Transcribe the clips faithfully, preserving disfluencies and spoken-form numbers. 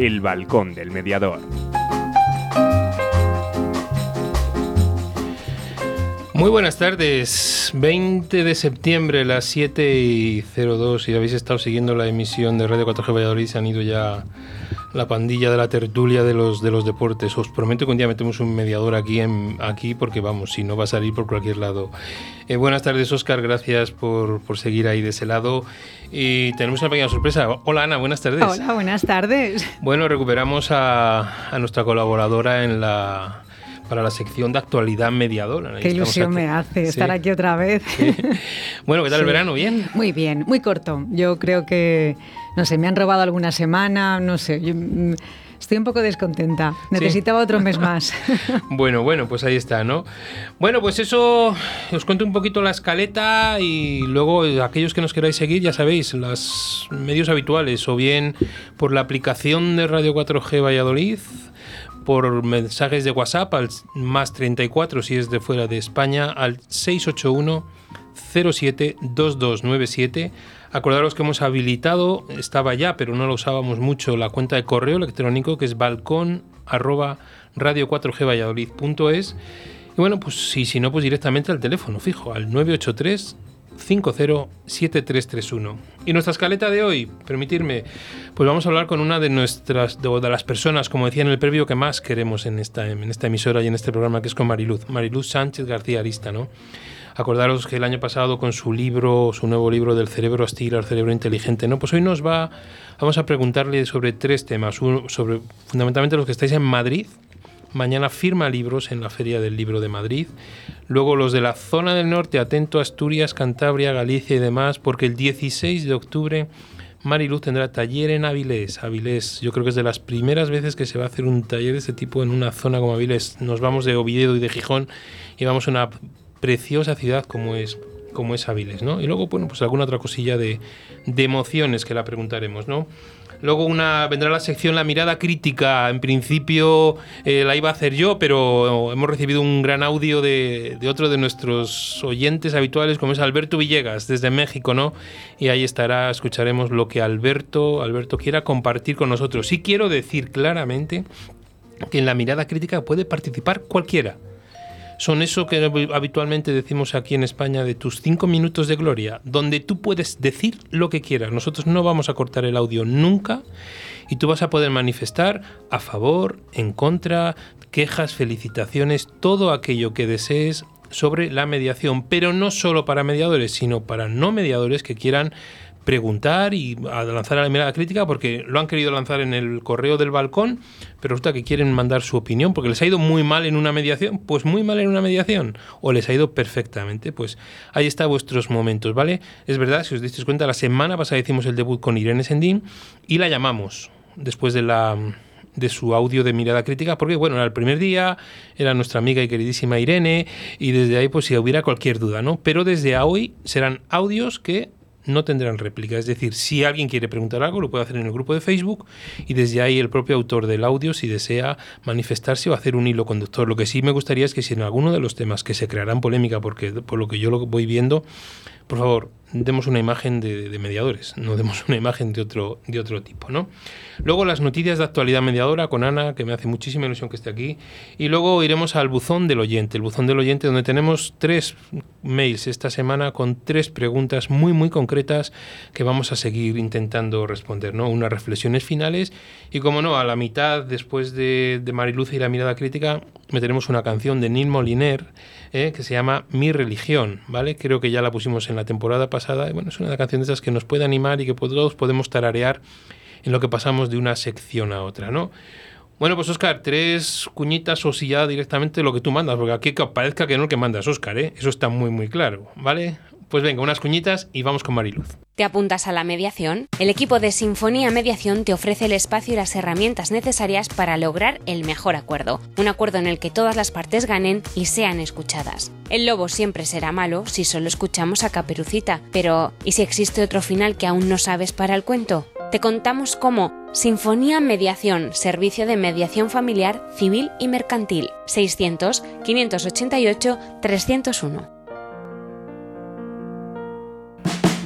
El balcón del mediador. Muy buenas tardes, veinte de septiembre, las siete y cero dos, si habéis estado siguiendo la emisión de Radio cuatro G Valladolid, se han ido ya la pandilla de la tertulia de los de los deportes. Os prometo que un día metemos un mediador aquí, en, aquí porque vamos, si no va a salir por cualquier lado. Eh, buenas tardes, Óscar, gracias por, por seguir ahí de ese lado. Y tenemos una pequeña sorpresa. Hola, Ana, buenas tardes. Hola, buenas tardes. Bueno, recuperamos a, a nuestra colaboradora en la... para la sección de actualidad mediadora. Qué ilusión me hace estar sí. aquí otra vez. Sí. Bueno, ¿qué tal sí. el verano? ¿Bien? Muy bien, muy corto. Yo creo que, no sé, me han robado alguna semana, no sé. Yo, estoy un poco descontenta. Necesitaba ¿Sí? otro mes más. Bueno, bueno, pues ahí está, ¿no? Bueno, pues eso, os cuento un poquito la escaleta y luego aquellos que nos queráis seguir, ya sabéis, los medios habituales, o bien por la aplicación de Radio cuatro G Valladolid, por mensajes de WhatsApp al más treinta y cuatro si es de fuera de España, al seis ocho uno cero siete dos dos nueve siete. Acordaros que hemos habilitado, estaba ya pero no lo usábamos mucho, la cuenta de correo electrónico que es balcón arroba radio cuatro g valladolid punto es. Y bueno, pues si, si no, pues directamente al teléfono fijo, al nueve ocho tres cinco cero siete tres tres uno. Y nuestra escaleta de hoy, permitirme, pues vamos a hablar con una de nuestras de, de las personas, como decía en el previo, que más queremos en esta, en esta emisora y en este programa, que es con Mariluz, Mariluz Sánchez García Arista, ¿no? Acordaros que el año pasado con su libro, su nuevo libro del cerebro hostil al cerebro inteligente, ¿no? Pues hoy nos va, vamos a preguntarle sobre tres temas, uno, sobre fundamentalmente los que estáis en Madrid. Mañana firma libros en la Feria del Libro de Madrid. Luego los de la zona del norte, atento a Asturias, Cantabria, Galicia y demás, porque el dieciséis de octubre Mariluz tendrá taller en Avilés. Avilés, yo creo que es de las primeras veces que se va a hacer un taller de este tipo en una zona como Avilés. Nos vamos de Oviedo y de Gijón y vamos a una preciosa ciudad como es, como es Avilés, ¿no? Y luego, bueno, pues alguna otra cosilla de, de emociones que la preguntaremos, ¿no? Luego una, vendrá la sección La Mirada Crítica. En principio eh, la iba a hacer yo, pero hemos recibido un gran audio de, de otro de nuestros oyentes habituales, como es Alberto Villegas, desde México, ¿no? Y ahí estará, escucharemos lo que Alberto, Alberto quiera compartir con nosotros. Sí quiero decir claramente que en La Mirada Crítica puede participar cualquiera. Son eso que habitualmente decimos aquí en España de tus cinco minutos de gloria, donde tú puedes decir lo que quieras. Nosotros no vamos a cortar el audio nunca y tú vas a poder manifestar a favor, en contra, quejas, felicitaciones, todo aquello que desees sobre la mediación, pero no solo para mediadores, sino para no mediadores que quieran preguntar y a lanzar a la mirada crítica, porque lo han querido lanzar en el correo del balcón, pero resulta que quieren mandar su opinión porque les ha ido muy mal en una mediación, pues muy mal en una mediación, o les ha ido perfectamente. Pues ahí está vuestros momentos, ¿vale? Es verdad, si os disteis cuenta, la semana pasada hicimos el debut con Irene Sendín y la llamamos después de la de su audio de mirada crítica, porque bueno, era el primer día, era nuestra amiga y queridísima Irene, y desde ahí pues si hubiera cualquier duda, ¿no? Pero desde hoy serán audios que no tendrán réplica, es decir, si alguien quiere preguntar algo lo puede hacer en el grupo de Facebook y desde ahí el propio autor del audio, si desea manifestarse o hacer un hilo conductor. Lo que sí me gustaría es que si en alguno de los temas que se crearán polémica, porque por lo que yo lo voy viendo, por favor, demos una imagen de, de mediadores, no demos una imagen de otro, de otro tipo, ¿no? Luego las noticias de actualidad mediadora con Ana, que me hace muchísima ilusión que esté aquí, y luego iremos al buzón del oyente, el buzón del oyente donde tenemos tres mails esta semana con tres preguntas muy muy concretas que vamos a seguir intentando responder, ¿no? Unas reflexiones finales y, como no, a la mitad, después de, de Mariluz y la mirada crítica, meteremos una canción de Neil Moliner eh, que se llama Mi Religión, ¿vale? Creo que ya la pusimos en la temporada pasada. Bueno, es una canción de esas que nos puede animar y que todos podemos tararear en lo que pasamos de una sección a otra, ¿no? Bueno, pues Óscar, tres cuñitas o si ya directamente lo que tú mandas, porque aquí que parezca que no el que mandas, Óscar, ¿eh? Eso está muy muy claro, ¿vale? Pues venga, unas cuñitas y vamos con Mariluz. ¿Te apuntas a la mediación? El equipo de Sinfonía Mediación te ofrece el espacio y las herramientas necesarias para lograr el mejor acuerdo. Un acuerdo en el que todas las partes ganen y sean escuchadas. El lobo siempre será malo si solo escuchamos a Caperucita, pero ¿y si existe otro final que aún no sabes para el cuento? Te contamos cómo. Sinfonía Mediación, servicio de mediación familiar, civil y mercantil. seiscientos, quinientos ochenta y ocho, trescientos uno.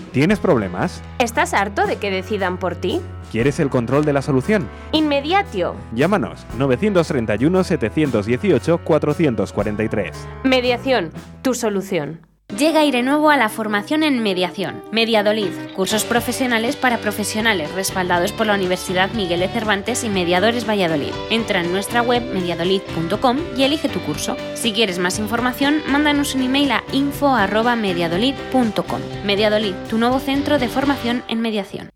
¿Tienes problemas? ¿Estás harto de que decidan por ti? ¿Quieres el control de la solución? Inmediatio. Llámanos novecientos treinta y uno, setecientos dieciocho, cuatrocientos cuarenta y tres. Mediación, tu solución. Llega Aire Nuevo a la formación en mediación. Mediadolid, cursos profesionales para profesionales respaldados por la Universidad Miguel de Cervantes y Mediadores Valladolid. Entra en nuestra web mediadolid punto com y elige tu curso. Si quieres más información, mándanos un email a info arroba mediadolid punto com. Mediadolid, tu nuevo centro de formación en mediación.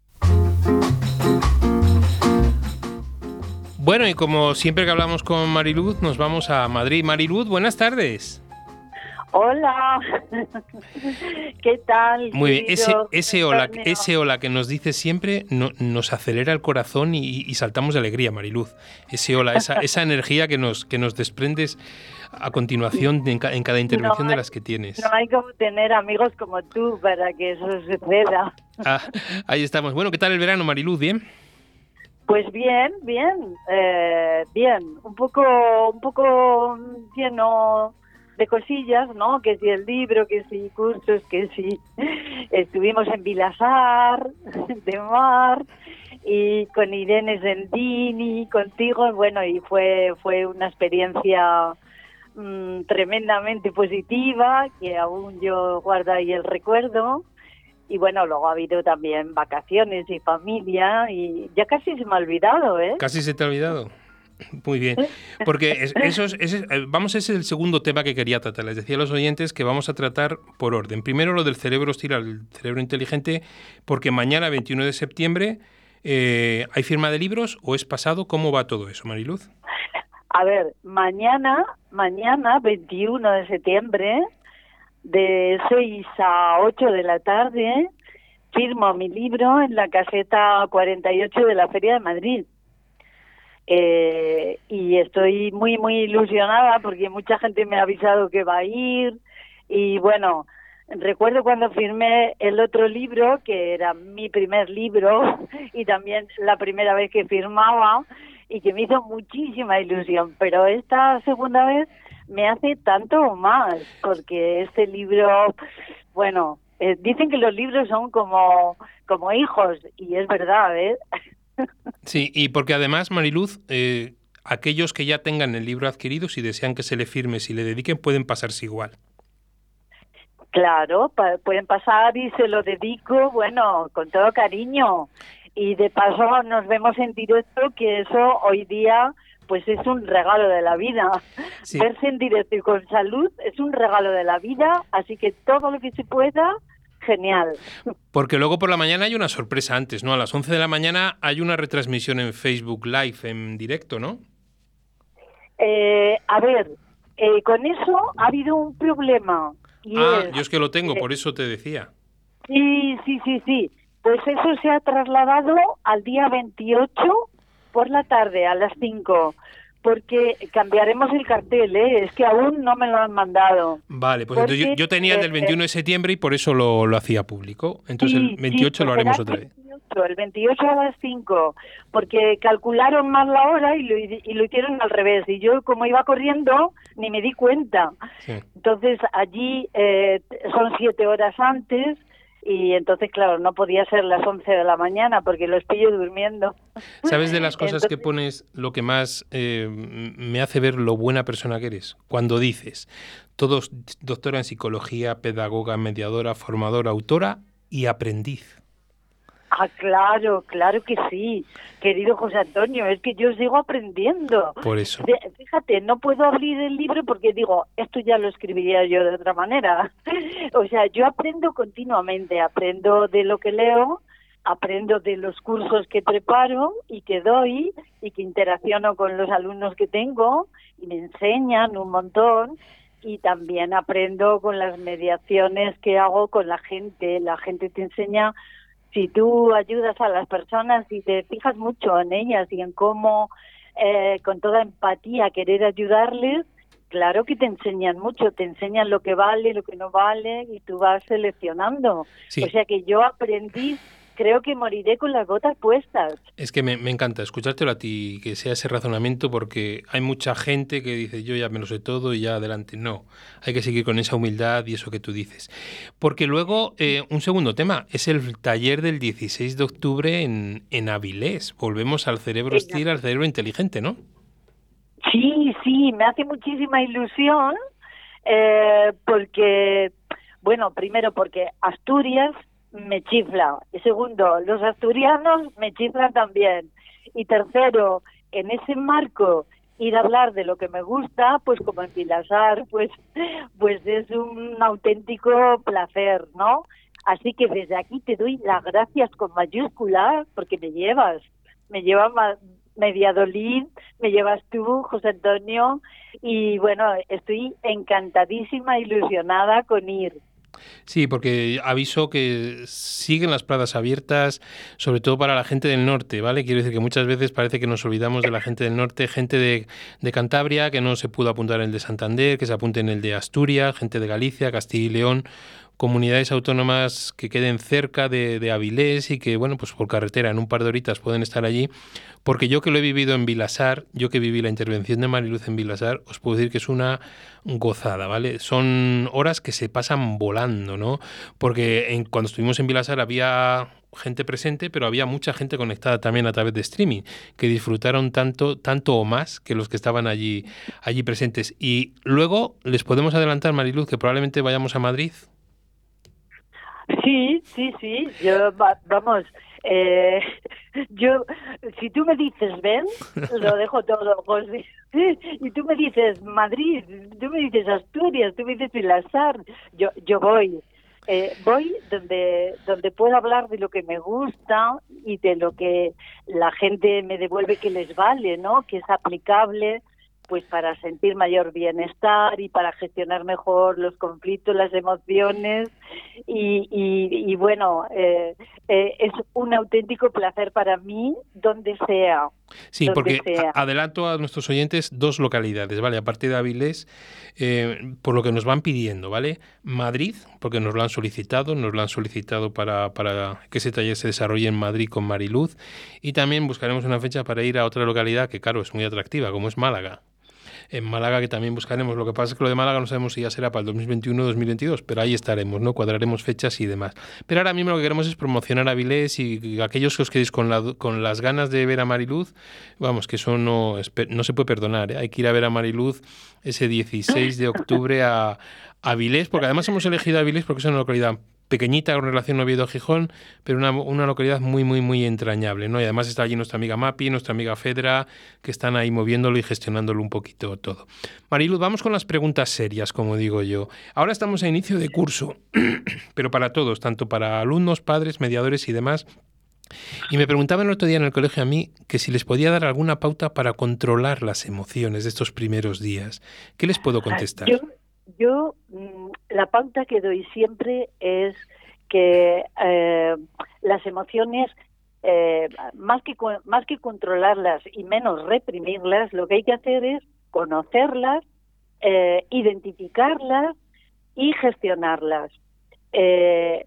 Bueno, y como siempre que hablamos con Mariluz, nos vamos a Madrid. Mariluz, buenas tardes. Hola, ¿qué tal? Muy bien, ese, ese, hola, Antonio? ese hola que nos dices siempre no, nos acelera el corazón y, y saltamos de alegría, Mariluz. Ese hola, esa, esa energía que nos, que nos desprendes a continuación en, ca, en cada intervención no hay, de las que tienes. No hay como tener amigos como tú para que eso suceda. Ah, ahí estamos. Bueno, ¿qué tal el verano, Mariluz? ¿Bien? Pues bien, bien, eh, bien. Un poco, un poco lleno de cosillas, ¿no? Que si el libro, que si cursos, que si estuvimos en Vilasar de Mar y con Irene Sendini, contigo, bueno, y fue fue una experiencia mmm, tremendamente positiva, que aún yo guardo ahí el recuerdo. Y bueno, luego ha habido también vacaciones y familia y ya casi se me ha olvidado, ¿eh? Casi se te ha olvidado. Muy bien, porque es, eso es, ese, vamos, ese es el segundo tema que quería tratar. Les decía a los oyentes que vamos a tratar por orden. Primero lo del cerebro hostil al cerebro inteligente, porque mañana, veintiuno de septiembre, eh, ¿hay firma de libros o es pasado? ¿Cómo va todo eso, Mariluz? A ver, mañana, mañana, veintiuno de septiembre, de seis a ocho de la tarde, firmo mi libro en la caseta cuarenta y ocho de la Feria de Madrid. Eh, y estoy muy muy ilusionada porque mucha gente me ha avisado que va a ir y bueno, recuerdo cuando firmé el otro libro, que era mi primer libro y también la primera vez que firmaba y que me hizo muchísima ilusión, pero esta segunda vez me hace tanto más porque este libro, bueno, eh, dicen que los libros son como, como hijos y es verdad, ¿eh? Sí, y porque además, Mariluz, eh, aquellos que ya tengan el libro adquirido, si desean que se le firme, si le dediquen, pueden pasarse igual. Claro, pa- pueden pasar y se lo dedico, bueno, con todo cariño. Y de paso nos vemos en directo, que eso hoy día pues es un regalo de la vida. Sí. Verse en directo y con salud es un regalo de la vida, así que todo lo que se pueda, genial. Porque luego por la mañana hay una sorpresa antes, ¿no? A las once de la mañana hay una retransmisión en Facebook Live, en directo, ¿no? Eh, a ver, eh, con eso ha habido un problema. Y ah, es, yo es que lo tengo, eh, por eso te decía. Sí, sí, sí, sí. Pues eso se ha trasladado al día veintiocho por la tarde, a las cinco. Porque cambiaremos el cartel, ¿eh? Es que aún no me lo han mandado. Vale, pues porque, entonces yo, yo tenía el del veintiuno de septiembre y por eso lo, lo hacía público. Entonces sí, el veintiocho sí, lo haremos el otra vez. veintiocho, el veintiocho a las cinco, porque calcularon mal la hora y lo, y lo hicieron al revés. Y yo, como iba corriendo, ni me di cuenta. Sí. Entonces allí eh, son siete horas antes. Y entonces, claro, no podía ser las once de la mañana porque los pillo durmiendo. ¿Sabes de las cosas entonces, que pones lo que más eh, me hace ver lo buena persona que eres? Cuando dices, todos doctora en psicología, pedagoga, mediadora, formadora, autora y aprendiz. Ah, claro, claro que sí, querido José Antonio, es que yo sigo aprendiendo. Por eso. Fíjate, no puedo abrir el libro porque digo, esto ya lo escribiría yo de otra manera. O sea, yo aprendo continuamente, aprendo de lo que leo, aprendo de los cursos que preparo y que doy y que interacciono con los alumnos que tengo y me enseñan un montón. Y también aprendo con las mediaciones que hago con la gente. La gente te enseña. Si tú ayudas a las personas y te fijas mucho en ellas y en cómo, eh, con toda empatía, querer ayudarles, claro que te enseñan mucho, te enseñan lo que vale, lo que no vale, y tú vas seleccionando. Sí. O sea que yo aprendí, creo que moriré con las botas puestas. Es que me, me encanta escuchártelo a ti, que sea ese razonamiento, porque hay mucha gente que dice yo ya me lo sé todo y ya adelante. No, hay que seguir con esa humildad y eso que tú dices. Porque luego, eh, un segundo tema, es el taller del dieciséis de octubre en, en Avilés. Volvemos al cerebro hostil, al cerebro inteligente, ¿no? Sí, sí, me hace muchísima ilusión, eh, porque, bueno, primero porque Asturias me chifla, y segundo, los asturianos me chiflan también, y tercero, en ese marco, ir a hablar de lo que me gusta, pues como en Vilasar, pues, pues es un auténtico placer, ¿no? Así que desde aquí te doy las gracias con mayúsculas, porque me llevas, me llevas ma- Mediadolid, me llevas tú, José Antonio, y bueno, estoy encantadísima, ilusionada con ir. Sí, porque aviso que siguen las plazas abiertas, sobre todo para la gente del norte, ¿vale? Quiero decir que muchas veces parece que nos olvidamos de la gente del norte, gente de, de Cantabria que no se pudo apuntar en el de Santander, que se apunte en el de Asturias, gente de Galicia, Castilla y León, comunidades autónomas que queden cerca de, de Avilés y que, bueno, pues por carretera en un par de horitas pueden estar allí, porque yo que lo he vivido en Vilasar, yo que viví la intervención de Mariluz en Vilasar, os puedo decir que es una gozada, ¿vale? Son horas que se pasan volando, ¿no? Porque en, cuando estuvimos en Vilasar había gente presente, pero había mucha gente conectada también a través de streaming, que disfrutaron tanto, tanto o más que los que estaban allí, allí presentes. Y luego les podemos adelantar, Mariluz, que probablemente vayamos a Madrid. Sí, sí, sí, yo, va, vamos, eh, yo, si tú me dices ven, lo dejo todo, José, y tú me dices Madrid, tú me dices Asturias, tú me dices Vilasar, yo, yo voy, eh, voy donde, donde puedo hablar de lo que me gusta y de lo que la gente me devuelve que les vale, ¿no?, que es aplicable, pues para sentir mayor bienestar y para gestionar mejor los conflictos, las emociones y, y, y bueno, eh, eh, es un auténtico placer para mí donde sea. Sí, donde porque sea. A- adelanto a nuestros oyentes dos localidades, ¿vale? A partir de Avilés, eh, por lo que nos van pidiendo, ¿vale? Madrid, porque nos lo han solicitado, nos lo han solicitado para, para que ese taller se desarrolle en Madrid con Mariluz, y también buscaremos una fecha para ir a otra localidad que, claro, es muy atractiva, como es Málaga. En Málaga, que también buscaremos. Lo que pasa es que lo de Málaga no sabemos si ya será para el dos mil veintiuno o dos mil veintidós, pero ahí estaremos, ¿no? Cuadraremos fechas y demás. Pero ahora mismo lo que queremos es promocionar a Avilés y, y aquellos que os quedéis con, la, con las ganas de ver a Mariluz, vamos, que eso no, no se puede perdonar, ¿eh? Hay que ir a ver a Mariluz ese dieciséis de octubre a, a Avilés, porque además hemos elegido a Avilés porque es una localidad pequeñita con relación a Oviedo a Gijón, pero una, una localidad muy, muy, muy entrañable, ¿no? Y además está allí nuestra amiga Mapi, nuestra amiga Fedra, que están ahí moviéndolo y gestionándolo un poquito todo. Mariluz, vamos con las preguntas serias, como digo yo. Ahora estamos a inicio de curso, pero para todos, tanto para alumnos, padres, mediadores y demás. Y me preguntaban el otro día en el colegio a mí que si les podía dar alguna pauta para controlar las emociones de estos primeros días. ¿Qué les puedo contestar? Yo, yo la pauta que doy siempre es que eh, las emociones, eh, más que más que controlarlas y menos reprimirlas, lo que hay que hacer es conocerlas, eh, identificarlas y gestionarlas. Eh,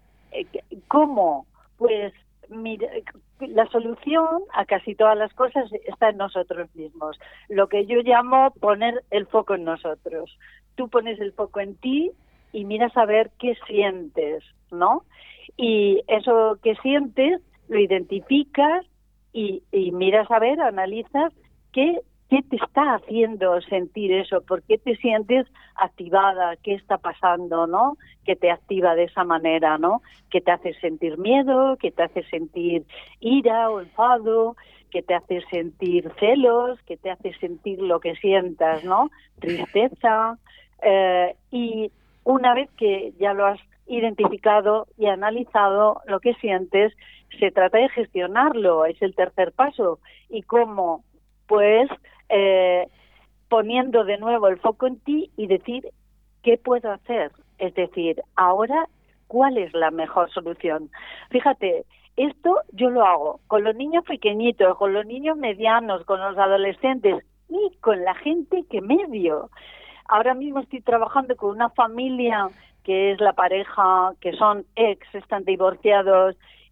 ¿Cómo? Pues mira, la solución a casi todas las cosas está en nosotros mismos. Lo que yo llamo poner el foco en nosotros. Tú pones el foco en ti y miras a ver qué sientes, ¿no? Y eso que sientes lo identificas y, y miras a ver, analizas qué, qué te está haciendo sentir eso, por qué te sientes activada, qué está pasando, ¿no? Que te activa de esa manera, ¿no? Que te hace sentir miedo, que te hace sentir ira o enfado, que te hace sentir celos, que te hace sentir lo que sientas, ¿no? Tristeza. Eh, y una vez que ya lo has identificado y analizado lo que sientes, se trata de gestionarlo, es el tercer paso. ¿Y cómo? Pues eh, poniendo de nuevo el foco en ti y decir, ¿qué puedo hacer? Es decir, ahora, ¿cuál es la mejor solución? Fíjate, esto yo lo hago con los niños pequeñitos, con los niños medianos, con los adolescentes y con la gente que medio. Ahora mismo estoy trabajando con una familia que es la pareja, que son ex, están divorciados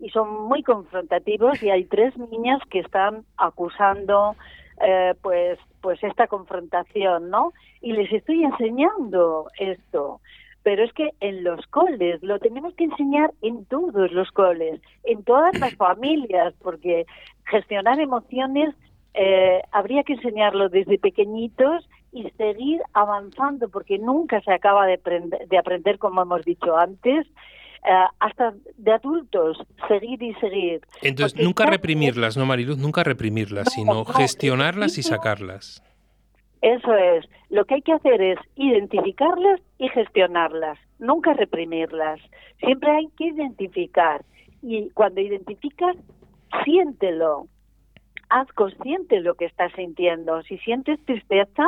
y son muy confrontativos, y hay tres niñas que están acusando eh, pues pues esta confrontación, ¿no? Y les estoy enseñando esto. Pero es que en los coles, lo tenemos que enseñar en todos los coles, en todas las familias, porque gestionar emociones eh, habría que enseñarlo desde pequeñitos y seguir avanzando, porque nunca se acaba de, aprender, de aprender, como hemos dicho antes, eh, hasta de adultos, seguir y seguir. Entonces, Porque nunca está, reprimirlas, ¿no, Mariluz? Nunca reprimirlas, no, sino no, gestionarlas y eso, sacarlas. Eso es. Lo que hay que hacer es identificarlas y gestionarlas, nunca reprimirlas. Siempre hay que identificar. Y cuando identificas, siéntelo. Haz consciente lo que estás sintiendo. Si sientes tristeza,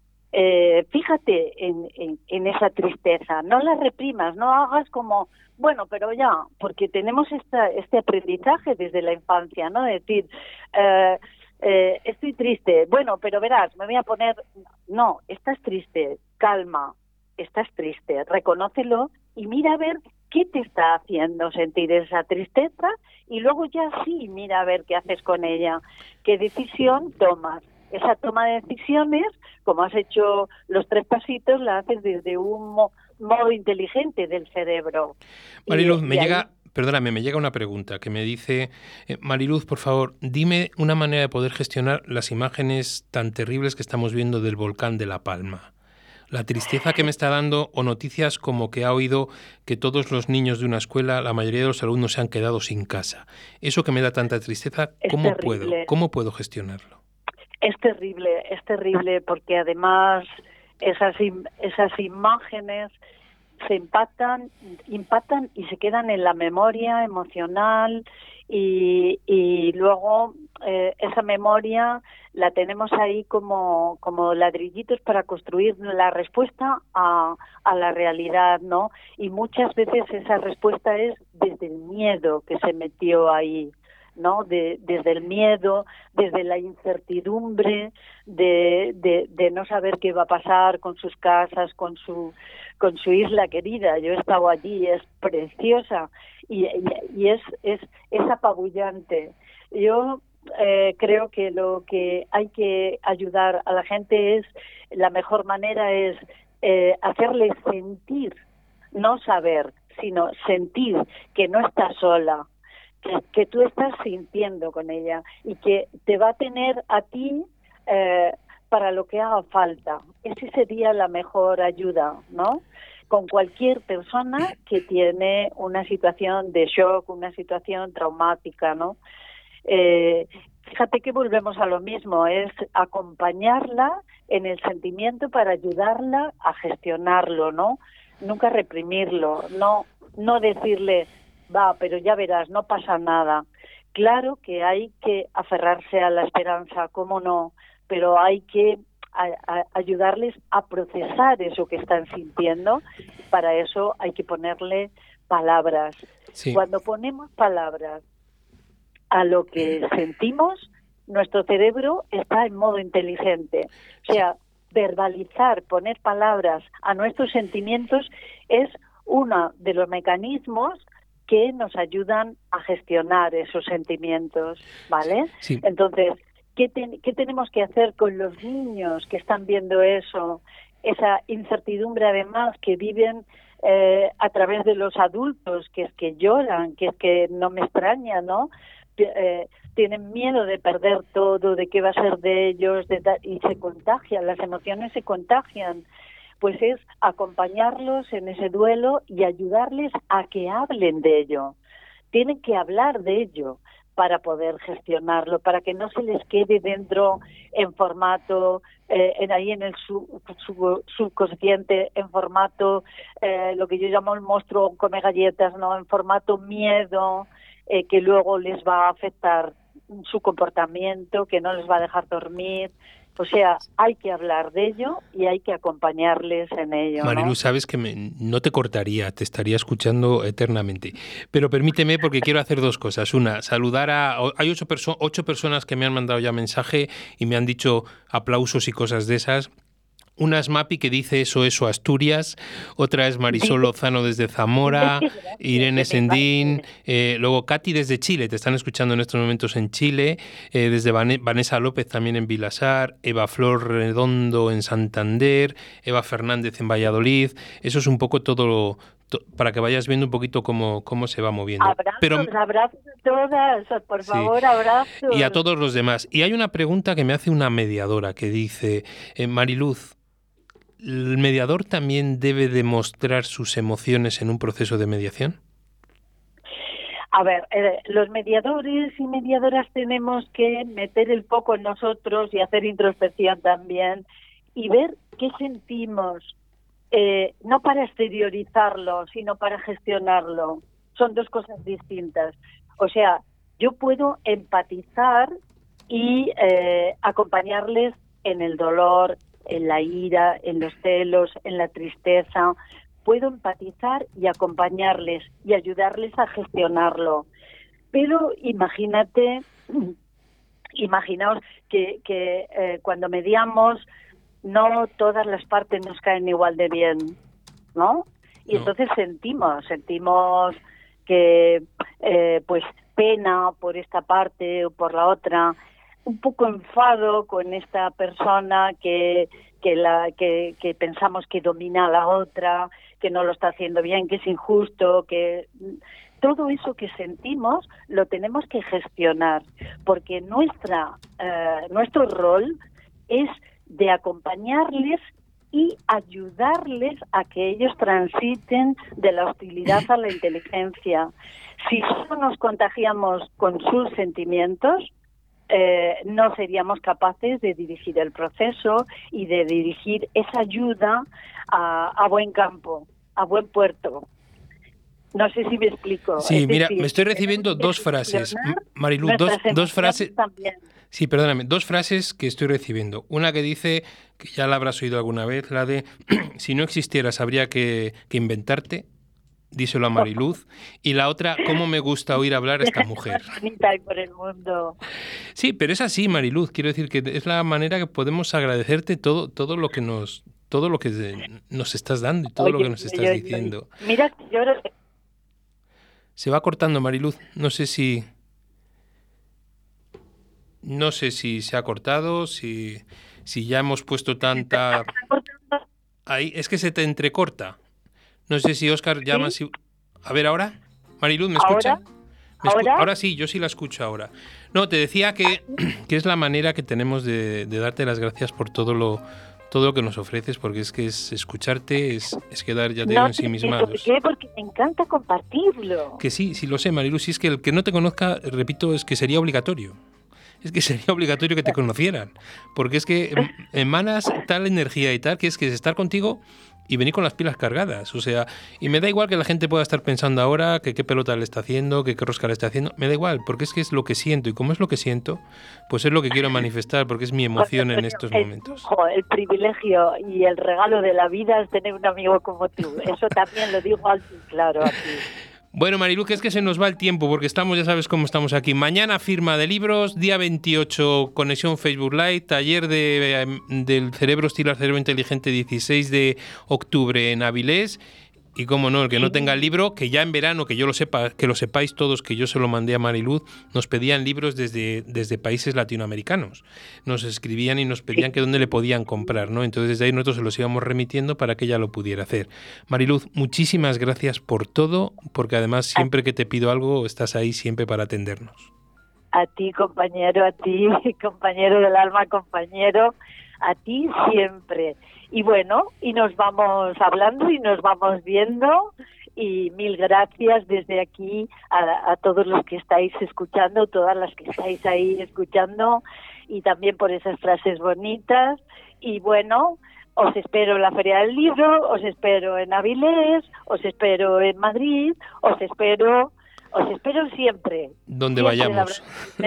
eh, fíjate en, en, en esa tristeza. No la reprimas, no hagas como, bueno, pero ya, porque tenemos esta, este aprendizaje desde la infancia, ¿no? De decir, eh, eh, estoy triste. Bueno, pero verás, me voy a poner... No, estás triste, calma, estás triste, reconócelo y mira a ver qué te está haciendo sentir esa tristeza, y luego ya sí, mira a ver qué haces con ella, qué decisión tomas. Esa toma de decisiones, como has hecho los tres pasitos, la haces desde un mo- modo inteligente del cerebro. Mariluz, Y, me y llega... ahí... Perdóname, me llega una pregunta que me dice, eh, Mariluz, por favor, dime una manera de poder gestionar las imágenes tan terribles que estamos viendo del volcán de La Palma. La tristeza que me está dando, o noticias como que ha oído que todos los niños de una escuela, la mayoría de los alumnos se han quedado sin casa. Eso que me da tanta tristeza, ¿cómo puedo, cómo puedo gestionarlo? Es terrible, es terrible, porque además esas, im- esas imágenes se impactan, impactan y se quedan en la memoria emocional, y, y luego eh, esa memoria la tenemos ahí como, como ladrillitos para construir la respuesta a, a la realidad, ¿no? Y muchas veces esa respuesta es desde el miedo que se metió ahí, ¿no? De, desde el miedo, desde la incertidumbre de, de, de no saber qué va a pasar con sus casas, con su con su isla querida. Yo he estado allí, es preciosa y, y, y es, es, es apabullante. Yo eh, creo que lo que hay que ayudar a la gente es, la mejor manera es eh, hacerle sentir, no saber, sino sentir que no está sola, que, que tú estás sintiendo con ella y que te va a tener a ti eh, para lo que haga falta. Esa sería la mejor ayuda, ¿no? Con cualquier persona que tiene una situación de shock, una situación traumática, ¿no? Eh, fíjate que volvemos a lo mismo, es acompañarla en el sentimiento para ayudarla a gestionarlo, ¿no? Nunca reprimirlo, no, no decirle, va, pero ya verás, no pasa nada. Claro que hay que aferrarse a la esperanza, cómo no, pero hay que a, a ayudarles a procesar eso que están sintiendo. Para eso hay que ponerle palabras. Sí. Cuando ponemos palabras a lo que sentimos, nuestro cerebro está en modo inteligente. O sea, verbalizar, poner palabras a nuestros sentimientos es uno de los mecanismos que nos ayudan a gestionar esos sentimientos, ¿vale? Sí. Entonces, ¿qué, te, ¿qué tenemos que hacer con los niños que están viendo eso? Esa incertidumbre, además, que viven eh, a través de los adultos, que es que lloran, que es que no me extraña, ¿no? Eh, tienen miedo de perder todo, de qué va a ser de ellos, de da- y se contagian, las emociones se contagian. Pues es acompañarlos en ese duelo y ayudarles a que hablen de ello. Tienen que hablar de ello para poder gestionarlo, para que no se les quede dentro en formato, eh, en ahí en el sub, sub, subconsciente, en formato, eh, lo que yo llamo el monstruo come galletas, ¿no? En formato miedo, eh, que luego les va a afectar su comportamiento, que no les va a dejar dormir. O sea, hay que hablar de ello y hay que acompañarles en ello, Marilu, ¿no? sabes que me, no te cortaría, te estaría escuchando eternamente. Pero permíteme, porque quiero hacer dos cosas. Una, saludar a... Hay ocho, perso- ocho personas que me han mandado ya mensaje y me han dicho aplausos y cosas de esas. Una es Mapi, que dice eso, eso, Asturias. Otra es Marisol Lozano desde Zamora. Irene Sendín. Eh, luego Katy desde Chile. Te están escuchando en estos momentos en Chile. Eh, desde Vanessa López también en Vilasar. Eva Flor Redondo en Santander. Eva Fernández en Valladolid. Eso es un poco todo lo... para que vayas viendo un poquito cómo, cómo se va moviendo. Abrazos, Pero, abrazos a todas, por favor, sí. abrazos. Y a todos los demás. Y hay una pregunta que me hace una mediadora que dice, eh, Mariluz, ¿el mediador también debe demostrar sus emociones en un proceso de mediación? A ver, eh, los mediadores y mediadoras tenemos que meter el foco en nosotros y hacer introspección también y ver qué sentimos, eh, no para exteriorizarlo, sino para gestionarlo. Son dos cosas distintas. O sea, yo puedo empatizar y eh, acompañarles en el dolor, en la ira, en los celos, en la tristeza. Puedo empatizar y acompañarles y ayudarles a gestionarlo. Pero imagínate, imaginaos que, que eh, cuando mediamos no todas las partes nos caen igual de bien, ¿no? Y no. entonces sentimos, sentimos que eh, pues pena por esta parte o por la otra, un poco enfado con esta persona que que la que, que pensamos que domina a la otra, que no lo está haciendo bien, que es injusto, que todo eso que sentimos lo tenemos que gestionar, porque nuestra eh, nuestro rol es de acompañarles y ayudarles a que ellos transiten de la hostilidad a la inteligencia. Si solo nos contagiamos con sus sentimientos, Eh, no seríamos capaces de dirigir el proceso y de dirigir esa ayuda a, a buen campo, a buen puerto. No sé si me explico. Sí, es mira, decir, me estoy recibiendo dos frases. Mariluz, dos, dos frases. También. Sí, perdóname, dos frases que estoy recibiendo. Una que dice, que ya la habrás oído alguna vez, la de, si no existieras habría que, que inventarte. Díselo a Mariluz. Y la otra, ¿cómo me gusta oír hablar a esta mujer? Por el mundo. Sí, pero es así, Mariluz. Quiero decir que es la manera que podemos agradecerte todo, todo lo que nos, todo lo que nos estás dando y todo oye, lo que nos estás oye, diciendo. Oye. Mira, yo se va cortando, Mariluz. No sé si, no sé si se ha cortado, si, si ya hemos puesto tanta. Ahí es que se te entrecorta. No sé si Óscar llama... ¿Sí? Si... A ver, ¿ahora? Mariluz, ¿me escucha? ¿Ahora? ¿Me escu... ¿Ahora? Ahora sí, yo sí la escucho ahora. No, te decía que, que es la manera que tenemos de, de darte las gracias por todo lo todo lo que nos ofreces, porque es que es escucharte, es, es quedar, ya te digo, no, ensimismados. ¿Por qué? Porque me encanta compartirlo. Que sí, sí lo sé, Mariluz. Si es que el que no te conozca, repito, es que sería obligatorio. Es que sería obligatorio que te conocieran. Porque es que emanas tal energía y tal, que es que es estar contigo y venir con las pilas cargadas, o sea, y me da igual que la gente pueda estar pensando ahora que qué pelota le está haciendo, que qué rosca le está haciendo, me da igual, porque es que es lo que siento, y como es lo que siento, pues es lo que quiero manifestar, porque es mi emoción en estos momentos. El, el privilegio y el regalo de la vida es tener un amigo como tú, eso también lo digo alto y claro aquí. Bueno, Mariluz, que es que se nos va el tiempo porque estamos, ya sabes cómo estamos aquí. Mañana firma de libros, día veintiocho conexión Facebook Live, taller de, del cerebro estilo al cerebro inteligente dieciséis de octubre en Avilés. Y cómo no, el que no tenga el libro, que ya en verano, que yo lo sepa, que lo sepáis todos, que yo se lo mandé a Mariluz, nos pedían libros desde, desde países latinoamericanos. Nos escribían y nos pedían que dónde le podían comprar, ¿no? Entonces desde ahí nosotros se los íbamos remitiendo para que ella lo pudiera hacer. Mariluz, muchísimas gracias por todo, porque además siempre que te pido algo, estás ahí siempre para atendernos. A ti, compañero, a ti, compañero del alma, compañero, a ti siempre. Y bueno, y nos vamos hablando y nos vamos viendo, y mil gracias desde aquí a, a todos los que estáis escuchando, todas las que estáis ahí escuchando, y también por esas frases bonitas. Y bueno, os espero en la Feria del Libro, os espero en Avilés, os espero en Madrid, os espero, os espero siempre. Donde siempre vayamos.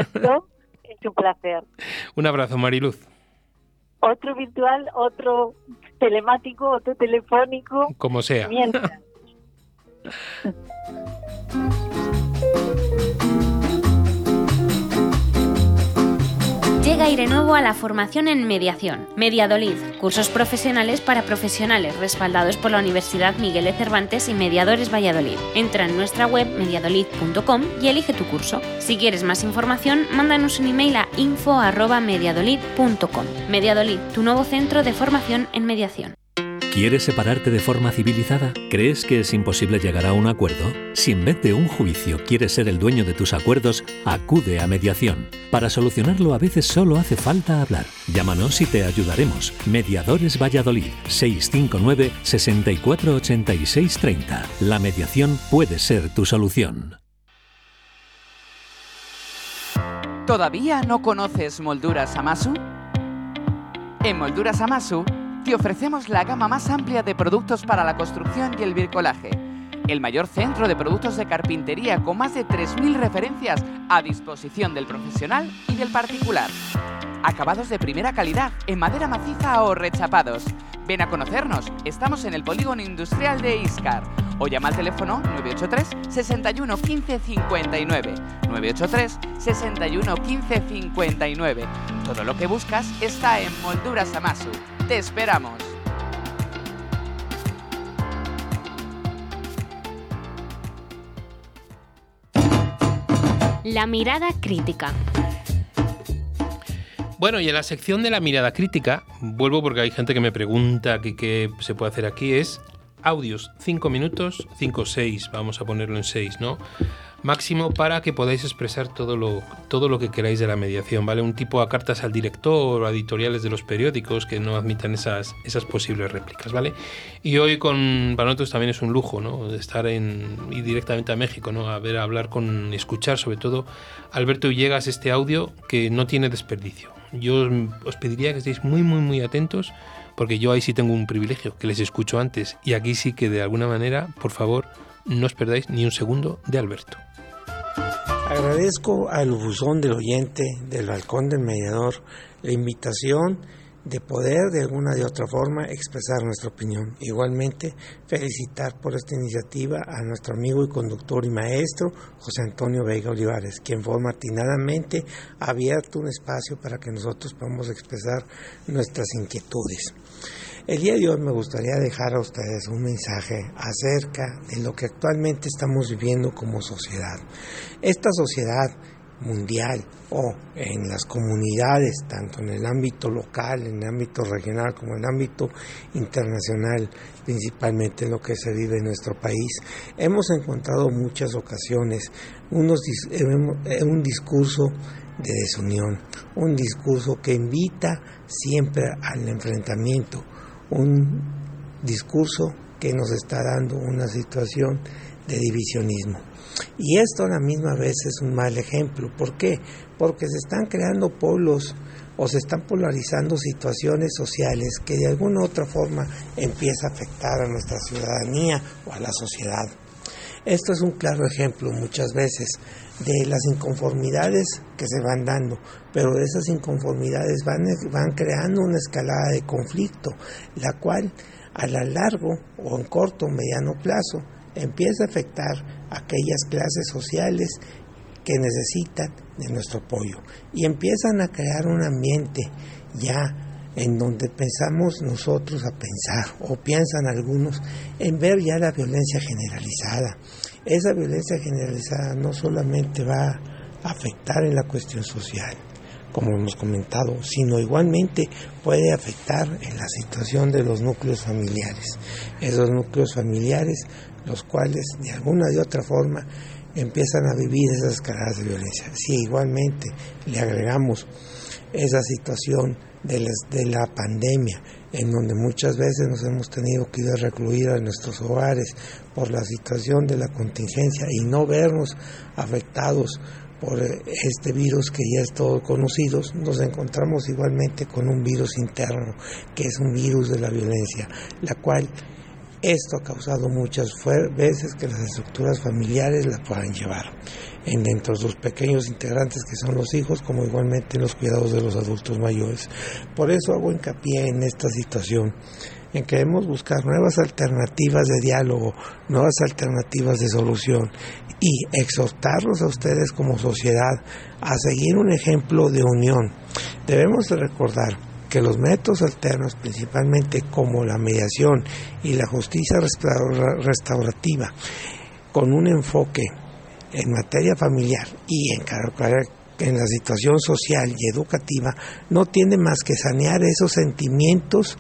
Es un placer. Un abrazo, Mariluz. Otro virtual, otro telemático, otro telefónico. Como sea. Mientras. Llega aire nuevo a la formación en mediación. Mediadolid, cursos profesionales para profesionales respaldados por la Universidad Miguel de Cervantes y Mediadores Valladolid. Entra en nuestra web mediadolid punto com y elige tu curso. Si quieres más información, mándanos un email a info arroba mediadolid punto com. Mediadolid, tu nuevo centro de formación en mediación. ¿Quieres separarte de forma civilizada? ¿Crees que es imposible llegar a un acuerdo? Si en vez de un juicio quieres ser el dueño de tus acuerdos, acude a mediación. Para solucionarlo a veces solo hace falta hablar. Llámanos y te ayudaremos. Mediadores Valladolid, seis cinco nueve, seis cuatro ocho seis tres cero. La mediación puede ser tu solución. ¿Todavía no conoces Molduras Amasu? En Molduras Amasu te ofrecemos la gama más amplia de productos para la construcción y el bricolaje. El mayor centro de productos de carpintería con más de tres mil referencias a disposición del profesional y del particular. Acabados de primera calidad en madera maciza o rechapados. Ven a conocernos, estamos en el polígono industrial de Íscar. O llama al teléfono nueve ocho tres, seis uno, uno cinco cinco nueve. nueve ocho tres, seis uno, uno cinco cinco nueve. Todo lo que buscas está en Molduras Amasu. ¡Te esperamos! La mirada crítica. Bueno, y en la sección de la mirada crítica, vuelvo porque hay gente que me pregunta qué, qué se puede hacer aquí, es audios, cinco minutos, cinco o seis, vamos a ponerlo en seis, ¿no? Máximo para que podáis expresar todo lo, todo lo que queráis de la mediación, ¿vale? Un tipo a cartas al director o a editoriales de los periódicos que no admitan esas, esas posibles réplicas, ¿vale? Y hoy con, para nosotros también es un lujo, ¿no? De estar en, ir directamente a México, ¿no? A ver, a hablar con, escuchar sobre todo Alberto Villegas este audio que no tiene desperdicio. Yo os pediría que estéis muy, muy, muy atentos porque yo ahí sí tengo un privilegio, que les escucho antes y aquí sí que de alguna manera, por favor, no os perdáis ni un segundo de Alberto. Agradezco al buzón del oyente del balcón del mediador la invitación de poder de alguna de otra forma expresar nuestra opinión. Igualmente, felicitar por esta iniciativa a nuestro amigo y conductor y maestro José Antonio Vega Olivares, quien forma atinadamente ha abierto un espacio para que nosotros podamos expresar nuestras inquietudes. El día de hoy me gustaría dejar a ustedes un mensaje acerca de lo que actualmente estamos viviendo como sociedad. Esta sociedad mundial o en las comunidades, tanto en el ámbito local, en el ámbito regional como en el ámbito internacional, principalmente en lo que se vive en nuestro país, hemos encontrado muchas ocasiones unos, un discurso de desunión, un discurso que invita siempre al enfrentamiento, un discurso que nos está dando una situación de divisionismo. Y esto a la misma vez es un mal ejemplo. ¿Por qué? Porque se están creando polos o se están polarizando situaciones sociales que de alguna u otra forma empieza a afectar a nuestra ciudadanía o a la sociedad. Esto es un claro ejemplo muchas veces de las inconformidades que se van dando, pero esas inconformidades van, van creando una escalada de conflicto, la cual a lo largo o en corto o mediano plazo empieza a afectar a aquellas clases sociales que necesitan de nuestro apoyo y empiezan a crear un ambiente ya en donde pensamos nosotros a pensar o piensan algunos en ver ya la violencia generalizada. Esa violencia generalizada no solamente va a afectar en la cuestión social, como hemos comentado, sino igualmente puede afectar en la situación de los núcleos familiares. Esos núcleos familiares, los cuales de alguna de otra forma empiezan a vivir esas escaladas de violencia. Si igualmente le agregamos esa situación de, las, de la pandemia, en donde muchas veces nos hemos tenido que ir a recluir a nuestros hogares por la situación de la contingencia y no vernos afectados por este virus que ya es todo conocido, nos encontramos igualmente con un virus interno, que es un virus de la violencia, la cual esto ha causado muchas veces que las estructuras familiares la puedan llevar en dentro de sus pequeños integrantes que son los hijos, como igualmente en los cuidados de los adultos mayores. Por eso hago hincapié en esta situación, en que debemos buscar nuevas alternativas de diálogo, nuevas alternativas de solución y exhortarlos a ustedes como sociedad a seguir un ejemplo de unión, Debemos de recordar que los métodos alternos, principalmente como la mediación y la justicia restaurativa, con un enfoque en materia familiar y en, en la situación social y educativa, no tiende más que sanear esos sentimientos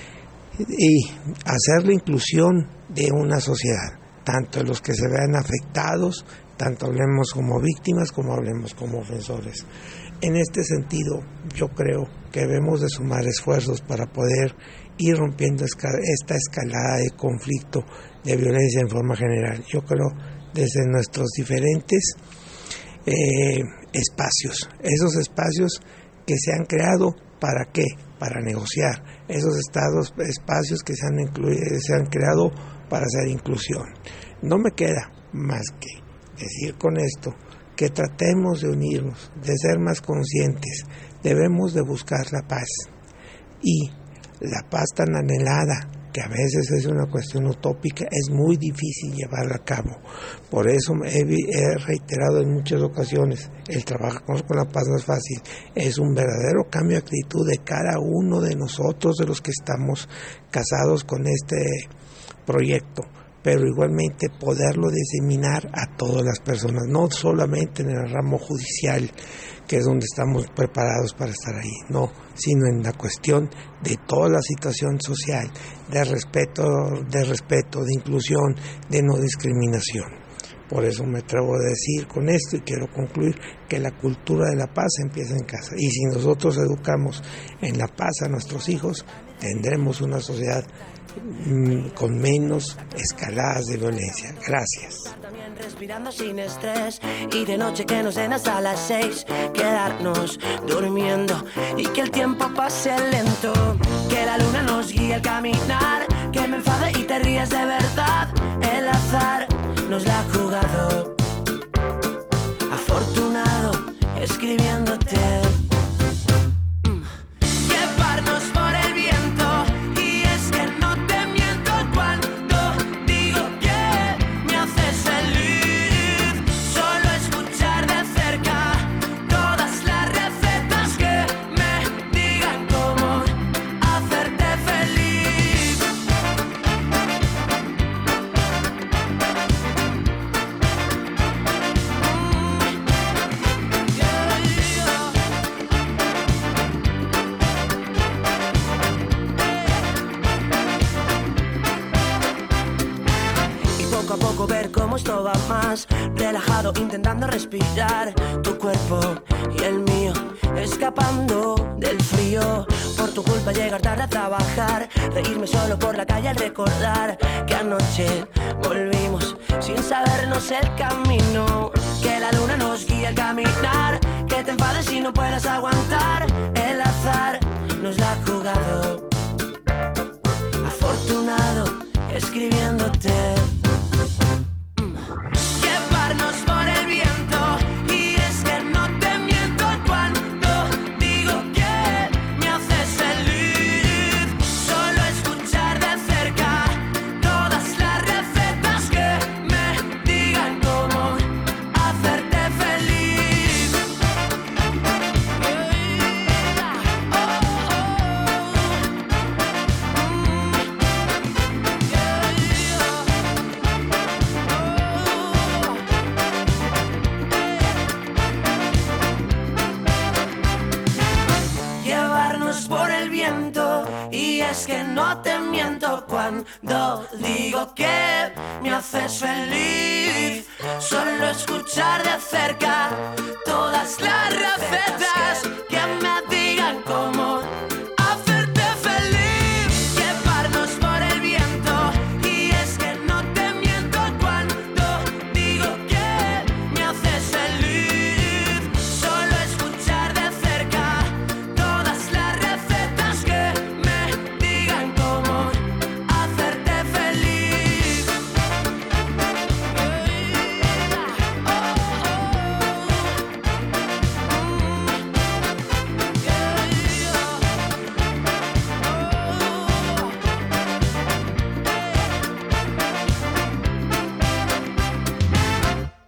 y hacer la inclusión de una sociedad, tanto los que se vean afectados, tanto hablemos como víctimas como hablemos como ofensores. En este sentido, yo creo que debemos de sumar esfuerzos para poder ir rompiendo esta escalada de conflicto, de violencia en forma general. Yo creo desde nuestros diferentes eh, espacios, esos espacios que se han creado, ¿para qué? Para negociar, esos estados, espacios que se han, incluido, se han creado para hacer inclusión. No me queda más que decir con esto que tratemos de unirnos, de ser más conscientes, debemos de buscar la paz, y la paz tan anhelada, que a veces es una cuestión utópica, es muy difícil llevarla a cabo. Por eso he, he reiterado en muchas ocasiones, el trabajar con la paz no es fácil, es un verdadero cambio de actitud de cada uno de nosotros, de los que estamos casados con este proyecto, pero igualmente poderlo diseminar a todas las personas, no solamente en el ramo judicial, que es donde estamos preparados para estar ahí, no, sino en la cuestión de toda la situación social, de respeto, de respeto, de inclusión, de no discriminación. Por eso me atrevo a decir con esto, y quiero concluir, que la cultura de la paz empieza en casa, y si nosotros educamos en la paz a nuestros hijos, tendremos una sociedad con menos escaladas de violencia. Gracias. También respirando sin estrés, y de noche que nos den hasta las seis, quedarnos durmiendo y que el tiempo pase lento, que la luna nos guíe al caminar, que me enfade y te rías de verdad, el azar nos la ha jugado, afortunado escribiéndote. Esto va más relajado, intentando respirar, tu cuerpo y el mío, escapando del frío. Por tu culpa llegar tarde a trabajar, reírme solo por la calle al recordar que anoche volvimos sin sabernos el camino, que la luna nos guía al caminar, que te enfades y no puedas aguantar, el azar nos la ha jugado, afortunado escribiéndote. Cuando digo que me haces feliz, solo escuchar de cerca todas las recetas que me digan cómo hacerte feliz, llevarnos por el viento, y es que no te miento cuando digo que me haces feliz, solo escuchar de cerca todas las recetas que me digan cómo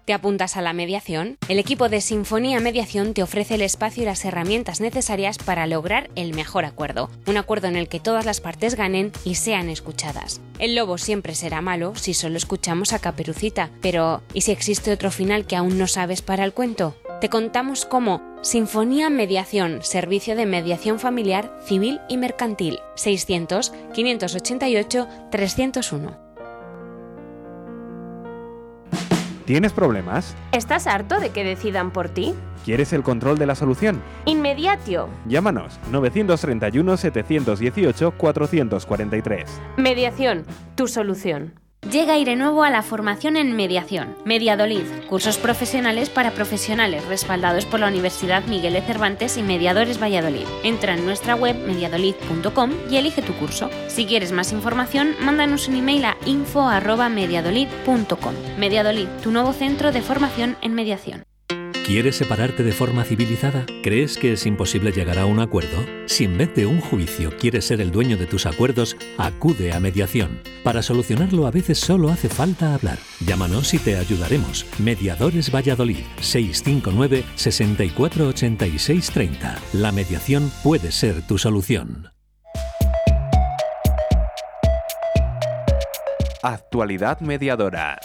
¿Te apuntas a la mediación? El equipo de Sinfonía Mediación te ofrece el espacio y las herramientas necesarias para lograr el mejor acuerdo. Un acuerdo en el que todas las partes ganen y sean escuchadas. El lobo siempre será malo si solo escuchamos a Caperucita. Pero, ¿y si existe otro final que aún no sabes para el cuento? Te contamos cómo. Sinfonía Mediación, servicio de mediación familiar, civil y mercantil. seiscientos, quinientos ochenta y ocho, trescientos uno. ¿Tienes problemas? ¿Estás harto de que decidan por ti? ¿Quieres el control de la solución? Inmediatio. Llámanos novecientos treinta y uno, setecientos dieciocho, cuatrocientos cuarenta y tres. Mediación, tu solución. Llega Aire Nuevo a la formación en mediación. Mediadolid, cursos profesionales para profesionales respaldados por la Universidad Miguel de Cervantes y Mediadores Valladolid. Entra en nuestra web mediadolid punto com y elige tu curso. Si quieres más información, mándanos un email a info arroba mediadolid punto com. Mediadolid, tu nuevo centro de formación en mediación. ¿Quieres separarte de forma civilizada? ¿Crees que es imposible llegar a un acuerdo? Si en vez de un juicio quieres ser el dueño de tus acuerdos, acude a mediación. Para solucionarlo a veces solo hace falta hablar. Llámanos y te ayudaremos. Mediadores Valladolid, seiscientos cincuenta y nueve, sesenta y cuatro ochenta y seis treinta. La mediación puede ser tu solución. Actualidad mediadora.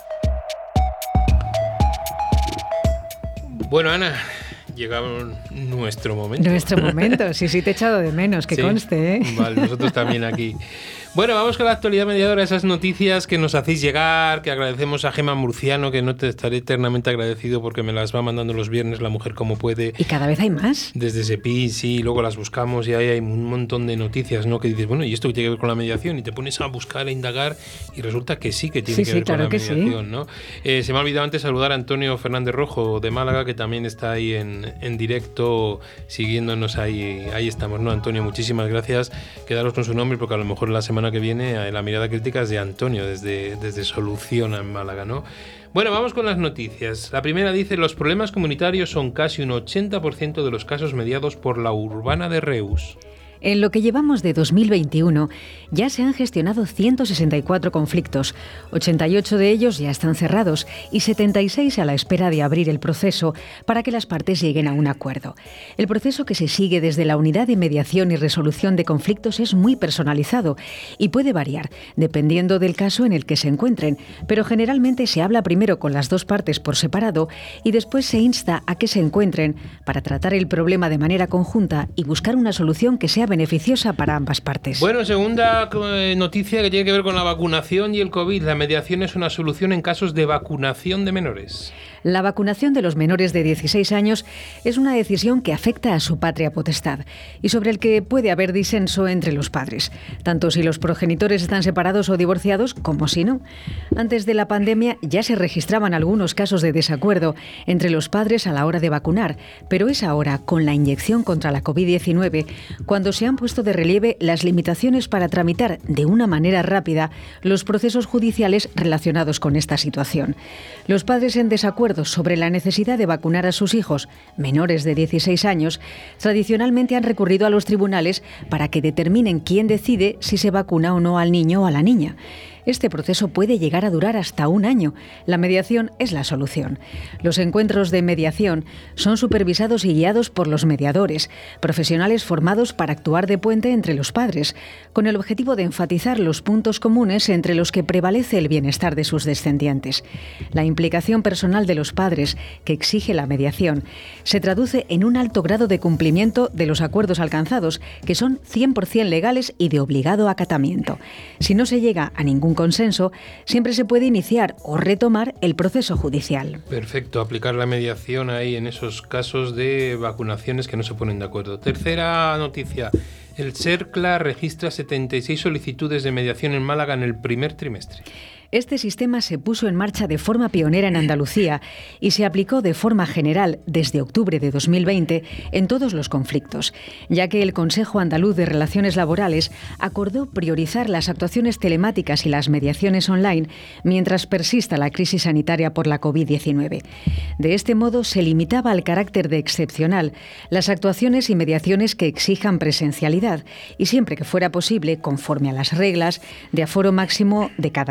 Bueno, Ana, llega nuestro momento. Nuestro momento, sí, sí, te he echado de menos, que sí, conste, ¿eh? Vale, nosotros también aquí. Bueno, vamos con la actualidad mediadora, esas noticias que nos hacéis llegar, que agradecemos a Gema Murciano, que no te estaré eternamente agradecido porque me las va mandando los viernes la mujer como puede. Y cada vez hay más. Desde Sepi, sí, luego las buscamos y ahí hay un montón de noticias, ¿no? Que dices, bueno, ¿y esto tiene que ver con la mediación? Y te pones a buscar, a indagar y resulta que sí que tiene sí, que sí, ver claro con la que mediación, sí. ¿no? Eh, se me ha olvidado antes saludar a Antonio Fernández Rojo de Málaga, que también está ahí en, en directo siguiéndonos ahí. Ahí estamos, ¿no? Antonio, muchísimas gracias. Quedaros con su nombre porque a lo mejor la semana que viene la mirada crítica es de Antonio desde, desde Solución en Málaga, ¿no? Bueno, vamos con las noticias. La primera dice: los problemas comunitarios son casi un ochenta por ciento de los casos mediados por la Urbana de Reus. En lo que llevamos de dos mil veintiuno, ya se han gestionado ciento sesenta y cuatro conflictos, ochenta y ocho de ellos ya están cerrados y setenta y seis a la espera de abrir el proceso para que las partes lleguen a un acuerdo. El proceso que se sigue desde la Unidad de Mediación y Resolución de Conflictos es muy personalizado y puede variar dependiendo del caso en el que se encuentren, pero generalmente se habla primero con las dos partes por separado y después se insta a que se encuentren para tratar el problema de manera conjunta y buscar una solución que sea beneficiosa para ambas partes. Bueno, segunda noticia que tiene que ver con la vacunación y el COVID. La mediación es una solución en casos de vacunación de menores. La vacunación de los menores de dieciséis años es una decisión que afecta a su patria potestad y sobre el que puede haber disenso entre los padres, tanto si los progenitores están separados o divorciados como si no. Antes de la pandemia ya se registraban algunos casos de desacuerdo entre los padres a la hora de vacunar, pero es ahora, con la inyección contra la COVID diecinueve, cuando se han puesto de relieve las limitaciones para tramitar de una manera rápida los procesos judiciales relacionados con esta situación. Los padres en desacuerdo sobre la necesidad de vacunar a sus hijos menores de dieciséis años tradicionalmente han recurrido a los tribunales para que determinen quién decide si se vacuna o no al niño o a la niña. Este proceso puede llegar a durar hasta un año. La mediación es la solución. Los encuentros de mediación son supervisados y guiados por los mediadores, profesionales formados para actuar de puente entre los padres, con el objetivo de enfatizar los puntos comunes entre los que prevalece el bienestar de sus descendientes. La implicación personal de los padres, que exige la mediación, se traduce en un alto grado de cumplimiento de los acuerdos alcanzados, que son cien por ciento legales y de obligado acatamiento. Si no se llega a ningún consenso, siempre se puede iniciar o retomar el proceso judicial. Perfecto, aplicar la mediación ahí en esos casos de vacunaciones que no se ponen de acuerdo. Tercera noticia. El CERCLA registra setenta y seis solicitudes de mediación en Málaga en el primer trimestre. Este sistema se puso en marcha de forma pionera en Andalucía y se aplicó de forma general desde octubre de dos mil veinte en todos los conflictos, ya que el Consejo Andaluz de Relaciones Laborales acordó priorizar las actuaciones telemáticas y las mediaciones online mientras persista la crisis sanitaria por la COVID diecinueve. De este modo, se limitaba al carácter de excepcional las actuaciones y mediaciones que exijan presencialidad y siempre que fuera posible, conforme a las reglas de aforo máximo de cada sede,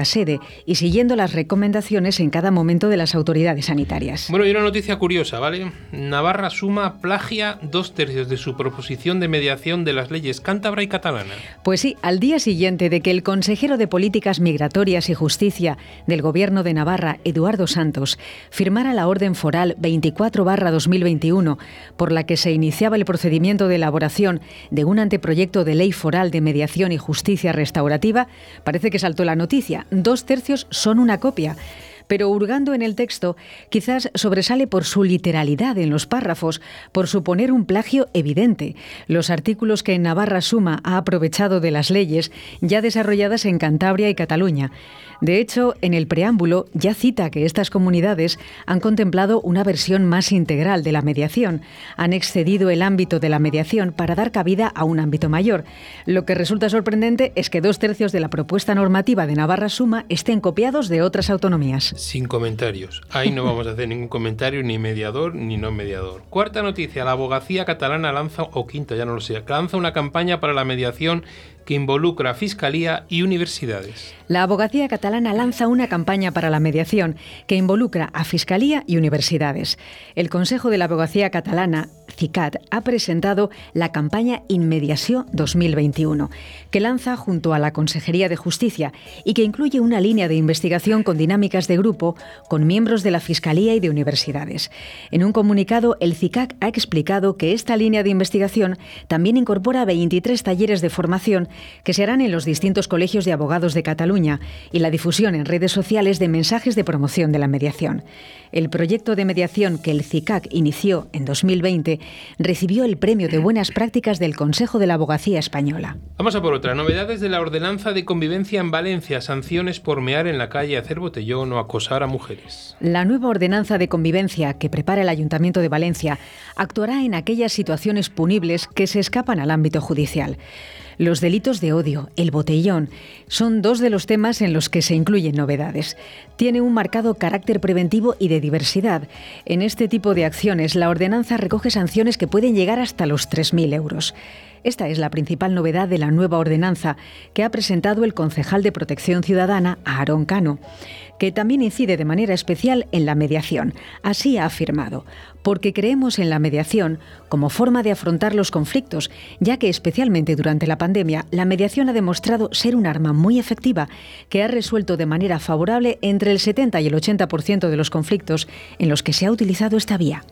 y siguiendo las recomendaciones en cada momento de las autoridades sanitarias. Bueno, y una noticia curiosa, ¿vale? Navarra Suma plagia dos tercios de su proposición de mediación de las leyes cántabra y catalana. Pues sí, al día siguiente de que el consejero de Políticas Migratorias y Justicia del Gobierno de Navarra, Eduardo Santos, firmara la orden foral veinticuatro barra dos mil veintiuno, por la que se iniciaba el procedimiento de elaboración de un anteproyecto de ley foral de mediación y justicia restaurativa, parece que saltó la noticia. Dos tercios son una copia. Pero hurgando en el texto, quizás sobresale por su literalidad en los párrafos, por suponer un plagio evidente. Los artículos que Navarra Suma ha aprovechado de las leyes ya desarrolladas en Cantabria y Cataluña. De hecho, en el preámbulo ya cita que estas comunidades han contemplado una versión más integral de la mediación. Han excedido el ámbito de la mediación para dar cabida a un ámbito mayor. Lo que resulta sorprendente es que dos tercios de la propuesta normativa de Navarra Suma estén copiados de otras autonomías. Sin comentarios. Ahí no vamos a hacer ningún comentario, ni mediador ni no mediador. Cuarta noticia, la abogacía catalana lanza, o quinta, ya no lo sé, lanza una campaña para la mediación que involucra a Fiscalía y universidades. La abogacía catalana lanza una campaña para la mediación que involucra a Fiscalía y universidades. El Consejo de la Abogacía Catalana, CICAT, ha presentado la campaña Inmediació dos mil veintiuno, que lanza junto a la Consejería de Justicia y que incluye una línea de investigación con dinámicas de grupo con miembros de la Fiscalía y de universidades. En un comunicado, el CICAT ha explicado que esta línea de investigación también incorpora veintitrés talleres de formación que se harán en los distintos colegios de abogados de Cataluña y la difusión en redes sociales de mensajes de promoción de la mediación. El proyecto de mediación que el CICAC inició en dos mil veinte recibió el premio de buenas prácticas del Consejo de la Abogacía Española. Vamos a por otra. Novedades de la ordenanza de convivencia en Valencia. Sanciones por mear en la calle, hacer botellón o acosar a mujeres. La nueva ordenanza de convivencia que prepara el Ayuntamiento de Valencia actuará en aquellas situaciones punibles que se escapan al ámbito judicial. Los delitos de odio, el botellón, son dos de los temas en los que se incluyen novedades. Tiene un marcado carácter preventivo y de diversidad. En este tipo de acciones, la ordenanza recoge sanciones que pueden llegar hasta los tres mil euros. Esta es la principal novedad de la nueva ordenanza que ha presentado el concejal de Protección Ciudadana, Aarón Cano, que también incide de manera especial en la mediación. Así ha afirmado, porque creemos en la mediación como forma de afrontar los conflictos, ya que especialmente durante la pandemia la mediación ha demostrado ser un arma muy efectiva que ha resuelto de manera favorable entre el setenta y el ochenta por ciento de los conflictos en los que se ha utilizado esta vía.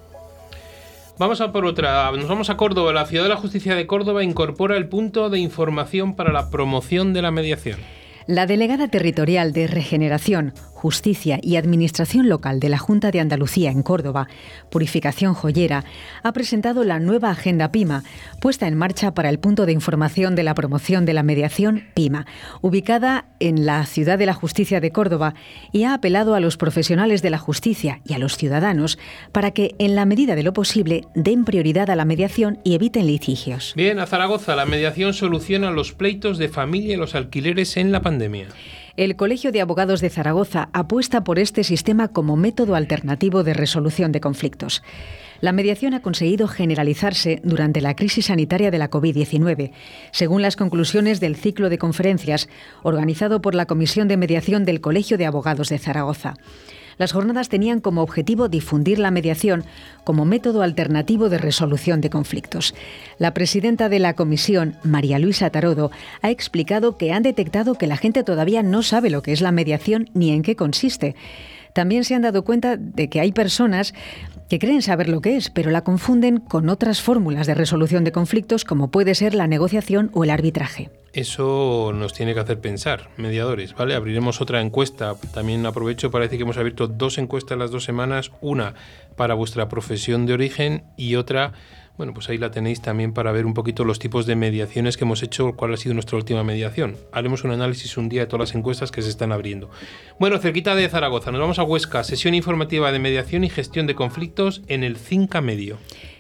Vamos a por otra. Nos vamos a Córdoba. La Ciudad de la Justicia de Córdoba incorpora el punto de información para la promoción de la mediación. La delegada territorial de Regeneración, Justicia y Administración Local de la Junta de Andalucía en Córdoba, Purificación Joyera, ha presentado la nueva Agenda PIMA, puesta en marcha para el punto de información de la promoción de la mediación PIMA, ubicada en la Ciudad de la Justicia de Córdoba, y ha apelado a los profesionales de la justicia y a los ciudadanos para que, en la medida de lo posible, den prioridad a la mediación y eviten litigios. Bien, a Zaragoza, la mediación soluciona los pleitos de familia y los alquileres en la pandemia. El Colegio de Abogados de Zaragoza apuesta por este sistema como método alternativo de resolución de conflictos. La mediación ha conseguido generalizarse durante la crisis sanitaria de la covid diecinueve, según las conclusiones del ciclo de conferencias organizado por la Comisión de Mediación del Colegio de Abogados de Zaragoza. Las jornadas tenían como objetivo difundir la mediación como método alternativo de resolución de conflictos. La presidenta de la comisión, María Luisa Tarodo, ha explicado que han detectado que la gente todavía no sabe lo que es la mediación ni en qué consiste. También se han dado cuenta de que hay personas que creen saber lo que es, pero la confunden con otras fórmulas de resolución de conflictos, como puede ser la negociación o el arbitraje. Eso nos tiene que hacer pensar, mediadores, ¿vale? Abriremos otra encuesta. También aprovecho para decir que hemos abierto dos encuestas en las dos semanas, una para vuestra profesión de origen y otra, bueno, pues ahí la tenéis también para ver un poquito los tipos de mediaciones que hemos hecho, cuál ha sido nuestra última mediación. Haremos un análisis un día de todas las encuestas que se están abriendo. Bueno, cerquita de Zaragoza, nos vamos a Huesca, sesión informativa de mediación y gestión de conflictos en el Cinca Medio.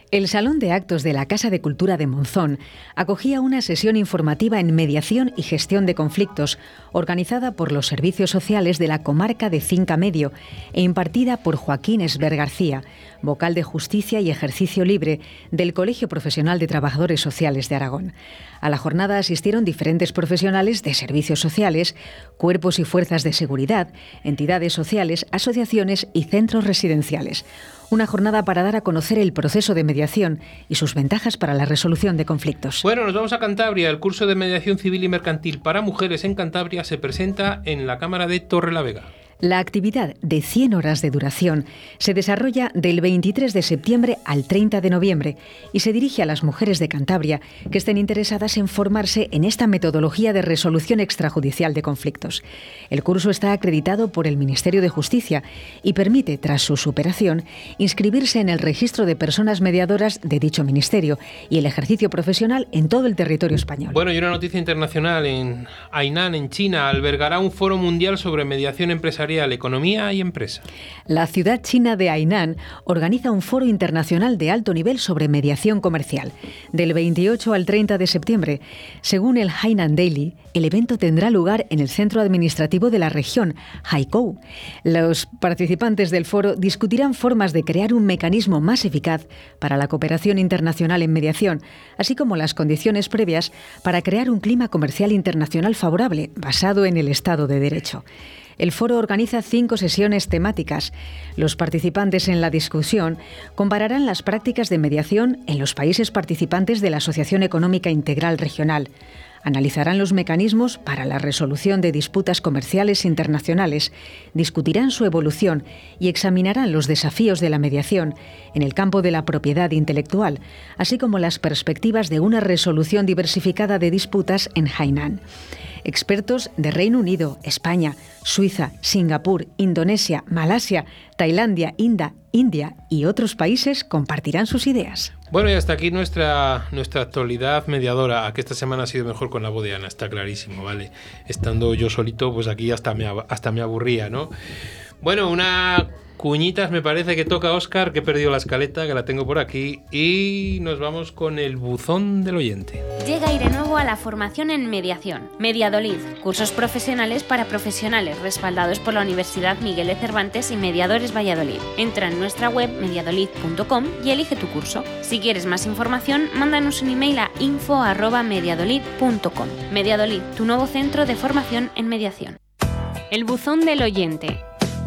El Salón de Actos de la Casa de Cultura de Monzón acogía una sesión informativa en mediación y gestión de conflictos, organizada por los servicios sociales de la comarca de Cinca Medio e impartida por Joaquín Esber García, vocal de Justicia y Ejercicio Libre del Colegio Profesional de Trabajadores Sociales de Aragón. A la jornada asistieron diferentes profesionales de servicios sociales, cuerpos y fuerzas de seguridad, entidades sociales, asociaciones y centros residenciales. Una jornada para dar a conocer el proceso de mediación y sus ventajas para la resolución de conflictos. Bueno, nos vamos a Cantabria. El curso de mediación civil y mercantil para mujeres en Cantabria se presenta en la Cámara de Torrelavega. La actividad de cien horas de duración se desarrolla del veintitrés de septiembre al treinta de noviembre y se dirige a las mujeres de Cantabria que estén interesadas en formarse en esta metodología de resolución extrajudicial de conflictos. El curso está acreditado por el Ministerio de Justicia y permite, tras su superación, inscribirse en el registro de personas mediadoras de dicho ministerio y el ejercicio profesional en todo el territorio español. Bueno, y una noticia internacional. En Hainan, en China, albergará un foro mundial sobre mediación empresarial, economía y empresa. La ciudad china de Hainan organiza un foro internacional de alto nivel sobre mediación comercial. Del veintiocho al treinta de septiembre, según el Hainan Daily, el evento tendrá lugar en el centro administrativo de la región, Haikou. Los participantes del foro discutirán formas de crear un mecanismo más eficaz para la cooperación internacional en mediación, así como las condiciones previas para crear un clima comercial internacional favorable, basado en el Estado de Derecho. El foro organiza cinco sesiones temáticas. Los participantes en la discusión compararán las prácticas de mediación en los países participantes de la Asociación Económica Integral Regional. Analizarán los mecanismos para la resolución de disputas comerciales internacionales, discutirán su evolución y examinarán los desafíos de la mediación en el campo de la propiedad intelectual, así como las perspectivas de una resolución diversificada de disputas en Hainan. Expertos de Reino Unido, España, Suiza, Singapur, Indonesia, Malasia, Tailandia, India, India y otros países compartirán sus ideas. Bueno, y hasta aquí nuestra, nuestra actualidad mediadora. Aquí esta semana ha sido mejor con la voz de Ana, está clarísimo, ¿vale? Estando yo solito, pues aquí hasta me, hasta me aburría, ¿no? Bueno, una cuñitas me parece que toca Óscar, que he perdido la escaleta, que la tengo por aquí, y nos vamos con el buzón del oyente. Llega Airenuevo a la formación en mediación. Mediadolid, cursos profesionales para profesionales respaldados por la Universidad Miguel de Cervantes y Mediadores Valladolid. Entra en nuestra web mediadolid punto com y elige tu curso. Si quieres más información, mándanos un email a info arroba mediadolid punto com. Mediadolid, tu nuevo centro de formación en mediación. El buzón del oyente.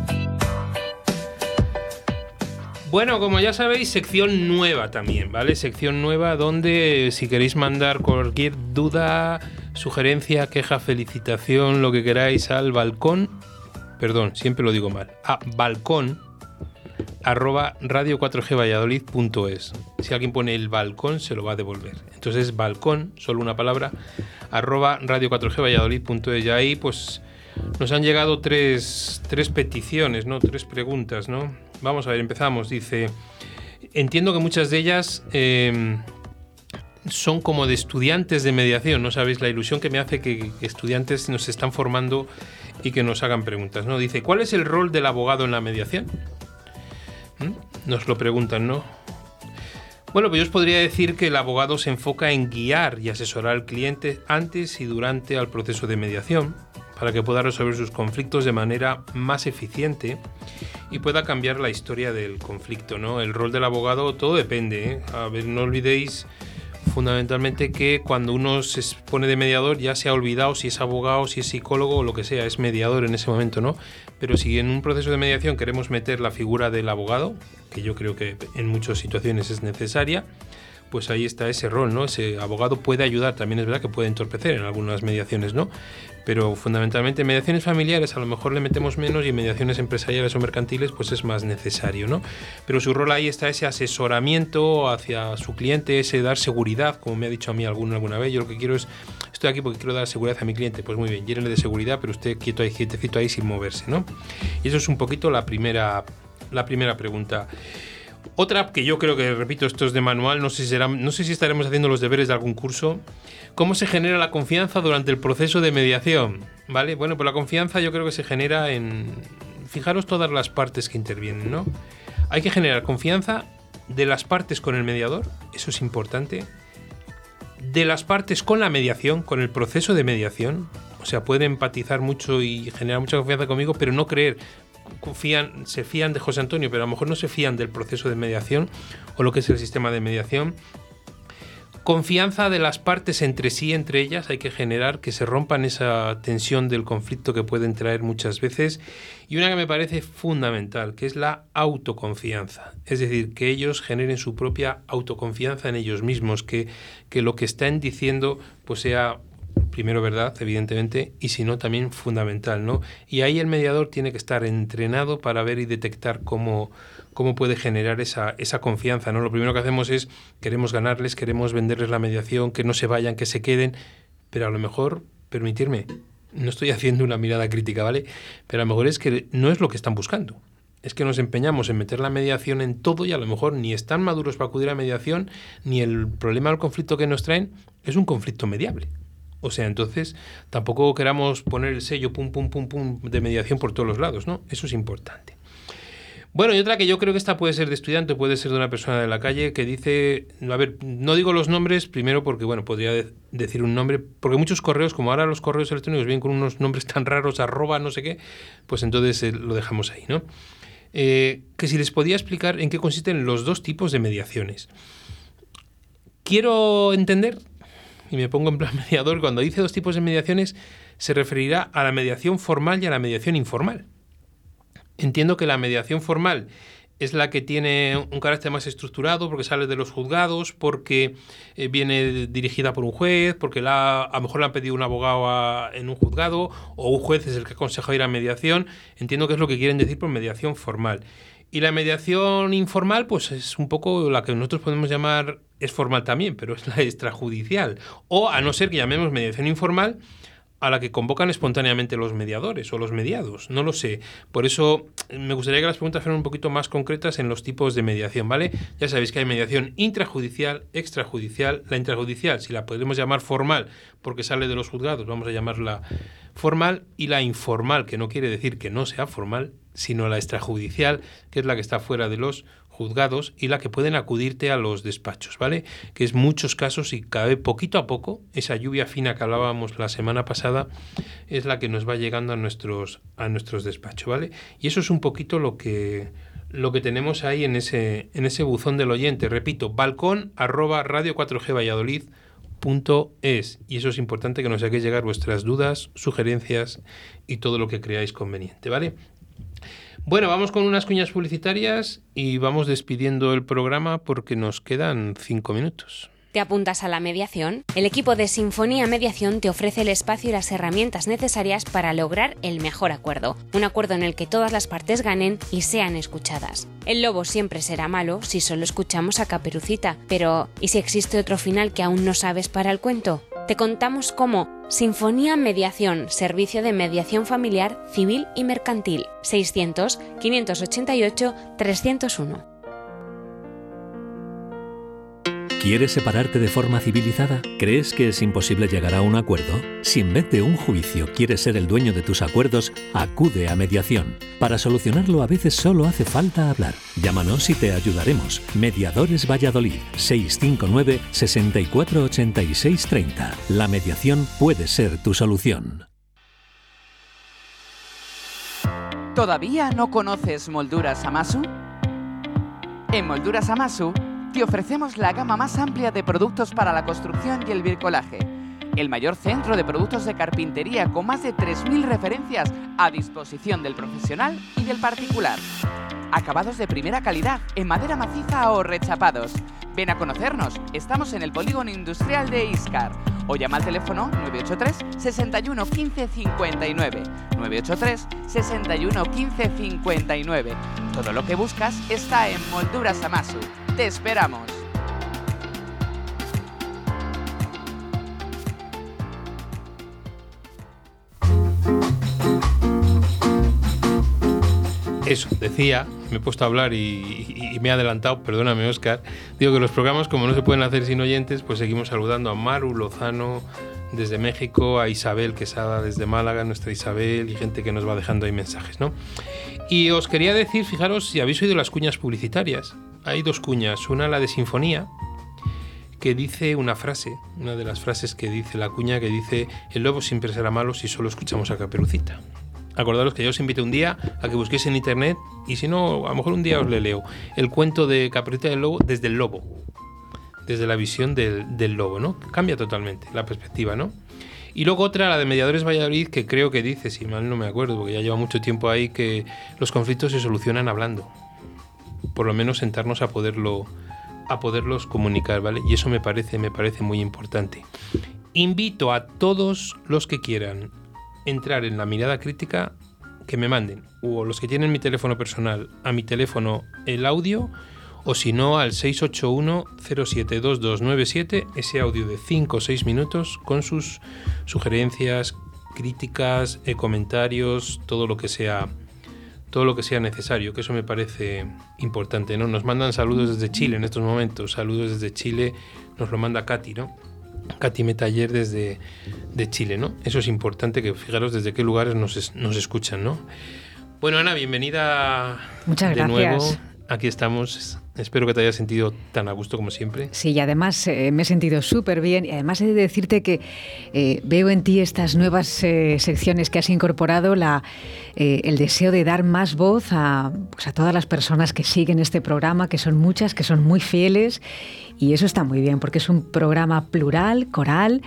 Bueno, como ya sabéis, sección nueva también, ¿vale? Sección nueva donde si queréis mandar cualquier duda, sugerencia, queja, felicitación, lo que queráis al balcón, perdón, siempre lo digo mal, a balcón arroba radio cuatro g valladolid punto es. Si alguien pone el balcón, se lo va a devolver. Entonces, balcón, solo una palabra, arroba radio cuatro g valladolid punto es. Y ahí, pues, nos han llegado tres, tres peticiones, ¿no? Tres preguntas, ¿no? Vamos a ver, empezamos. Dice, entiendo que muchas de ellas eh, son como de estudiantes de mediación, ¿no? Sabéis la ilusión que me hace que estudiantes nos están formando y que nos hagan preguntas, ¿no? Dice, ¿cuál es el rol del abogado en la mediación? ¿Mm? Nos lo preguntan, ¿no? Bueno, pues yo os podría decir que el abogado se enfoca en guiar y asesorar al cliente antes y durante el proceso de mediación, para que pueda resolver sus conflictos de manera más eficiente y pueda cambiar la historia del conflicto, ¿no? El rol del abogado, todo depende, ¿eh? A ver, no olvidéis fundamentalmente que cuando uno se pone de mediador ya se ha olvidado si es abogado, si es psicólogo o lo que sea, es mediador en ese momento, ¿no? Pero si en un proceso de mediación queremos meter la figura del abogado, que yo creo que en muchas situaciones es necesaria, pues ahí está ese rol, ¿no? Ese abogado puede ayudar, también es verdad que puede entorpecer en algunas mediaciones, ¿no? Pero fundamentalmente en mediaciones familiares a lo mejor le metemos menos y en mediaciones empresariales o mercantiles pues es más necesario, ¿no? Pero su rol ahí está ese asesoramiento hacia su cliente, ese dar seguridad, como me ha dicho a mí alguno alguna vez. Yo lo que quiero es, estoy aquí porque quiero dar seguridad a mi cliente. Pues muy bien, llénele de seguridad, pero usted quieto ahí, quietecito ahí sin moverse, ¿no? Y eso es un poquito la primera, la primera pregunta. Otra que yo creo que, repito, esto es de manual, no sé si será, no sé si estaremos haciendo los deberes de algún curso. ¿Cómo se genera la confianza durante el proceso de mediación? ¿Vale? Bueno, pues la confianza yo creo que se genera en... Fijaros todas las partes que intervienen, ¿no? Hay que generar confianza de las partes con el mediador, eso es importante, de las partes con la mediación, con el proceso de mediación, o sea, pueden empatizar mucho y generar mucha confianza conmigo, pero no creer, confían, se fían de José Antonio, pero a lo mejor no se fían del proceso de mediación o lo que es el sistema de mediación. Confianza de las partes entre sí, entre ellas, hay que generar que se rompan esa tensión del conflicto que pueden traer muchas veces. Y una que me parece fundamental, que es la autoconfianza. Es decir, que ellos generen su propia autoconfianza en ellos mismos, que, que lo que están diciendo pues sea primero verdad, evidentemente, y si no también fundamental, ¿no? Y ahí el mediador tiene que estar entrenado para ver y detectar cómo, cómo puede generar esa, esa confianza, ¿no? Lo primero que hacemos es, queremos ganarles, queremos venderles la mediación, que no se vayan, que se queden, pero a lo mejor, permitirme, no estoy haciendo una mirada crítica, ¿vale? Pero a lo mejor es que no es lo que están buscando. Es que nos empeñamos en meter la mediación en todo y a lo mejor ni están maduros para acudir a mediación, ni el problema del conflicto que nos traen es un conflicto mediable. O sea, entonces tampoco queramos poner el sello pum, pum, pum, pum de mediación por todos los lados, ¿no? Eso es importante. Bueno, y otra que yo creo que esta puede ser de estudiante, puede ser de una persona de la calle que dice, a ver, no digo los nombres, primero porque, bueno, podría de- decir un nombre, porque muchos correos, como ahora los correos electrónicos vienen con unos nombres tan raros, arroba, no sé qué, pues entonces eh, lo dejamos ahí, ¿no? Eh, que si les podía explicar en qué consisten los dos tipos de mediaciones. Quiero entender, y me pongo en plan mediador, cuando dice dos tipos de mediaciones, se referirá a la mediación formal y a la mediación informal. Entiendo que la mediación formal es la que tiene un carácter más estructurado, porque sale de los juzgados, porque eh, viene dirigida por un juez, porque la, a lo mejor le han pedido un abogado a, en un juzgado, o un juez es el que aconseja ir a mediación. Entiendo que es lo que quieren decir por mediación formal. Y la mediación informal, pues es un poco la que nosotros podemos llamar, es formal también, pero es la extrajudicial. O a no ser que llamemos mediación informal, a la que convocan espontáneamente los mediadores o los mediados, no lo sé. Por eso me gustaría que las preguntas fueran un poquito más concretas en los tipos de mediación, ¿vale? Ya sabéis que hay mediación intrajudicial, extrajudicial. La intrajudicial, si la podemos llamar formal porque sale de los juzgados, vamos a llamarla formal, y la informal, que no quiere decir que no sea formal, sino la extrajudicial, que es la que está fuera de los juzgados y la que pueden acudirte a los despachos, ¿vale? Que es muchos casos y cada vez poquito a poco, esa lluvia fina que hablábamos la semana pasada es la que nos va llegando a nuestros, a nuestros despachos, ¿vale? Y eso es un poquito lo que, lo que tenemos ahí en ese, en ese buzón del oyente. Repito, balcón arroba radio cuatro g valladolid punto es, y eso es importante, que nos hagáis llegar vuestras dudas, sugerencias y todo lo que creáis conveniente, ¿vale? Bueno, vamos con unas cuñas publicitarias y vamos despidiendo el programa porque nos quedan cinco minutos. ¿Te apuntas a la mediación? El equipo de Sinfonía Mediación te ofrece el espacio y las herramientas necesarias para lograr el mejor acuerdo. Un acuerdo en el que todas las partes ganen y sean escuchadas. El lobo siempre será malo si solo escuchamos a Caperucita. Pero, ¿y si existe otro final que aún no sabes para el cuento? Te contamos cómo. Sinfonía Mediación, servicio de mediación familiar, civil y mercantil. seiscientos, quinientos ochenta y ocho, trescientos uno. ¿Quieres separarte de forma civilizada? ¿Crees que es imposible llegar a un acuerdo? Si en vez de un juicio quieres ser el dueño de tus acuerdos, acude a mediación. Para solucionarlo a veces solo hace falta hablar. Llámanos y te ayudaremos. Mediadores Valladolid, seis cinco nueve, seis cuatro ocho seis tres cero. La mediación puede ser tu solución. ¿Todavía no conoces Molduras Amasu? En Molduras Amasu te ofrecemos la gama más amplia de productos para la construcción y el bricolaje. El mayor centro de productos de carpintería con más de tres mil referencias a disposición del profesional y del particular. Acabados de primera calidad en madera maciza o rechapados. Ven a conocernos, estamos en el polígono industrial de Íscar. O llama al teléfono nueve ocho tres, sesenta y uno, quince cincuenta y nueve. nueve ocho tres, sesenta y uno, quince cincuenta y nueve. Todo lo que buscas está en Molduras Amasu. ¡Te esperamos! Eso, decía, me he puesto a hablar y, y, y me he adelantado, perdóname, Óscar. Digo que los programas, como no se pueden hacer sin oyentes, pues seguimos saludando a Maru Lozano desde México, a Isabel Quesada desde Málaga, nuestra Isabel, y gente que nos va dejando ahí mensajes, ¿no? Y os quería decir, fijaros, si habéis oído las cuñas publicitarias, hay dos cuñas. Una, la de Sinfonía, que dice una frase, una de las frases que dice la cuña, que dice: el lobo siempre será malo si solo escuchamos a Caperucita. Acordaros que yo os invité un día a que busquéis en internet, y si no, a lo mejor un día os le leo el cuento de Caperucita y el lobo desde el lobo, desde la visión del, del lobo, ¿no? Cambia totalmente la perspectiva, ¿no? Y luego otra, la de Mediadores Valladolid, que creo que dice, si mal no me acuerdo, porque ya lleva mucho tiempo ahí, que los conflictos se solucionan hablando. Por lo menos sentarnos a poderlo a poderlos comunicar, ¿vale? Y eso me parece, me parece muy importante. Invito a todos los que quieran entrar en la mirada crítica que me manden, o los que tienen mi teléfono personal, a mi teléfono el audio, o si no al seis ocho uno cero siete dos dos nueve siete, ese audio de cinco o seis minutos con sus sugerencias, críticas, eh, comentarios, todo lo que sea todo lo que sea necesario, que eso me parece importante, ¿no? Nos mandan saludos desde Chile en estos momentos, saludos desde Chile, nos lo manda Katy, ¿no? Katy Metaller desde de Chile, ¿no? Eso es importante, que fijaros desde qué lugares nos, nos escuchan, ¿no? Bueno, Ana, bienvenida. Muchas de gracias. nuevo. Aquí estamos. Espero que te hayas sentido tan a gusto como siempre. Sí, y además eh, me he sentido súper bien. Y además he de decirte que eh, veo en ti estas nuevas eh, secciones que has incorporado, la, eh, el deseo de dar más voz a, pues a todas las personas que siguen este programa, que son muchas, que son muy fieles. Y eso está muy bien, porque es un programa plural, coral,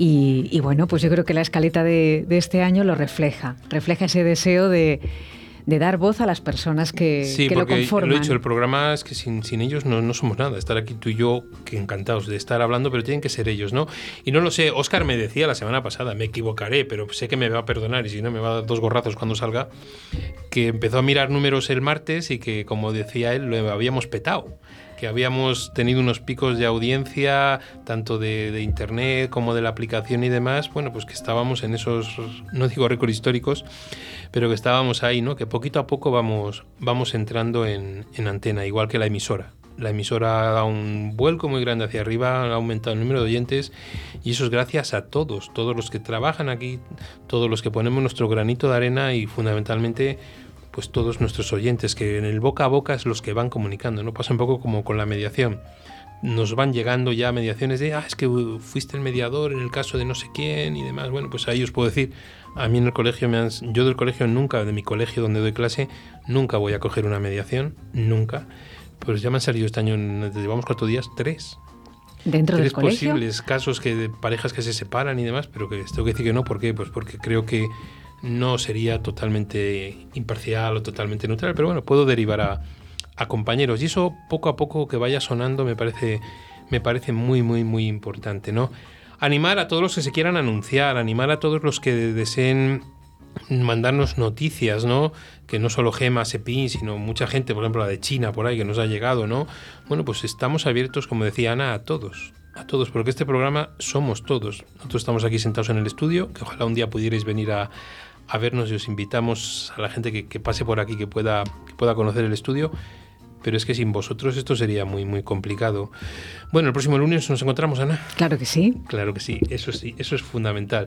y, y bueno, pues yo creo que la escaleta de, de este año lo refleja. Refleja ese deseo de... de dar voz a las personas que, sí, que lo conforman. Sí, porque lo he dicho, el programa es que sin, sin ellos no, no somos nada. Estar aquí tú y yo, que encantados de estar hablando, pero tienen que ser ellos, ¿no? Y no lo sé, Óscar me decía la semana pasada, me equivocaré, pero sé que me va a perdonar y si no me va a dar dos gorrazos cuando salga, que empezó a mirar números el martes y que, como decía él, lo habíamos petado. Que habíamos tenido unos picos de audiencia, tanto de, de internet como de la aplicación y demás, bueno, pues que estábamos en esos, no digo récords históricos, pero que estábamos ahí, ¿no? Que poquito a poco vamos, vamos entrando en, en antena, igual que la emisora. La emisora da un vuelco muy grande hacia arriba, ha aumentado el número de oyentes, y eso es gracias a todos, todos los que trabajan aquí, todos los que ponemos nuestro granito de arena y fundamentalmente pues todos nuestros oyentes, que en el boca a boca es los que van comunicando, ¿no? Pasa un poco como con la mediación. Nos van llegando ya mediaciones de, ah, es que fuiste el mediador en el caso de no sé quién y demás. Bueno, pues ahí os puedo decir, a mí en el colegio, me han, yo del colegio nunca, de mi colegio donde doy clase, nunca voy a coger una mediación, nunca. Pues ya me han salido este año, llevamos cuatro días, tres. ¿Dentro tres del colegio? posibles casos que, de parejas que se separan y demás, pero que tengo que decir que no. ¿Por qué? Pues porque creo que no sería totalmente imparcial o totalmente neutral, pero bueno, puedo derivar a, a compañeros, y eso poco a poco que vaya sonando me parece, me parece muy, muy, muy importante, ¿no? Animar a todos los que se quieran anunciar, animar a todos los que deseen mandarnos noticias, ¿no? Que no solo Gema, Sepin, sino mucha gente, por ejemplo la de China por ahí que nos ha llegado, ¿no? Bueno, pues estamos abiertos, como decía Ana, a todos. A todos, porque este programa somos todos. Nosotros estamos aquí sentados en el estudio, que ojalá un día pudierais venir a, a vernos, y os invitamos a la gente que, que pase por aquí, que pueda, que pueda conocer el estudio, pero es que sin vosotros esto sería muy, muy complicado. Bueno, el próximo lunes nos encontramos, Ana. Claro que sí. Claro que sí, eso sí, eso es fundamental.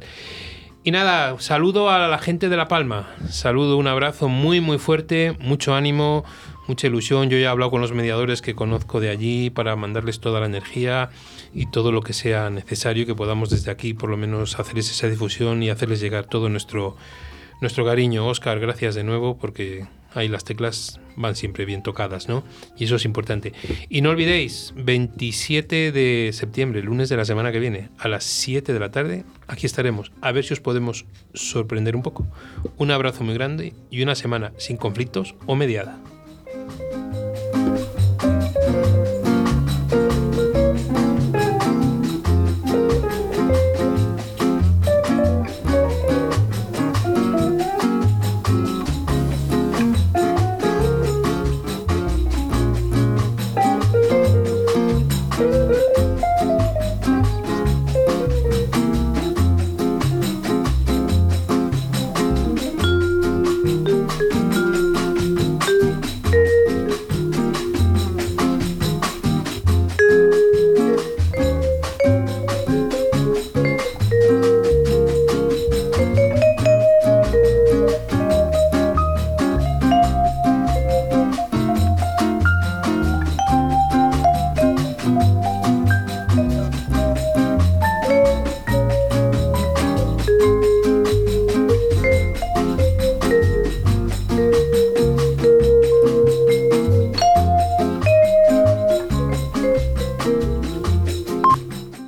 Y nada, saludo a la gente de La Palma, saludo, un abrazo muy, muy fuerte, mucho ánimo, mucha ilusión. Yo ya he hablado con los mediadores que conozco de allí para mandarles toda la energía y todo lo que sea necesario, que podamos desde aquí por lo menos hacerles esa difusión y hacerles llegar todo nuestro, nuestro cariño. Óscar, gracias de nuevo, porque ahí las teclas van siempre bien tocadas, ¿no? Y eso es importante. Y no olvidéis, veintisiete de septiembre, lunes de la semana que viene, a las siete de la tarde, aquí estaremos. A ver si os podemos sorprender un poco. Un abrazo muy grande y una semana sin conflictos o mediada.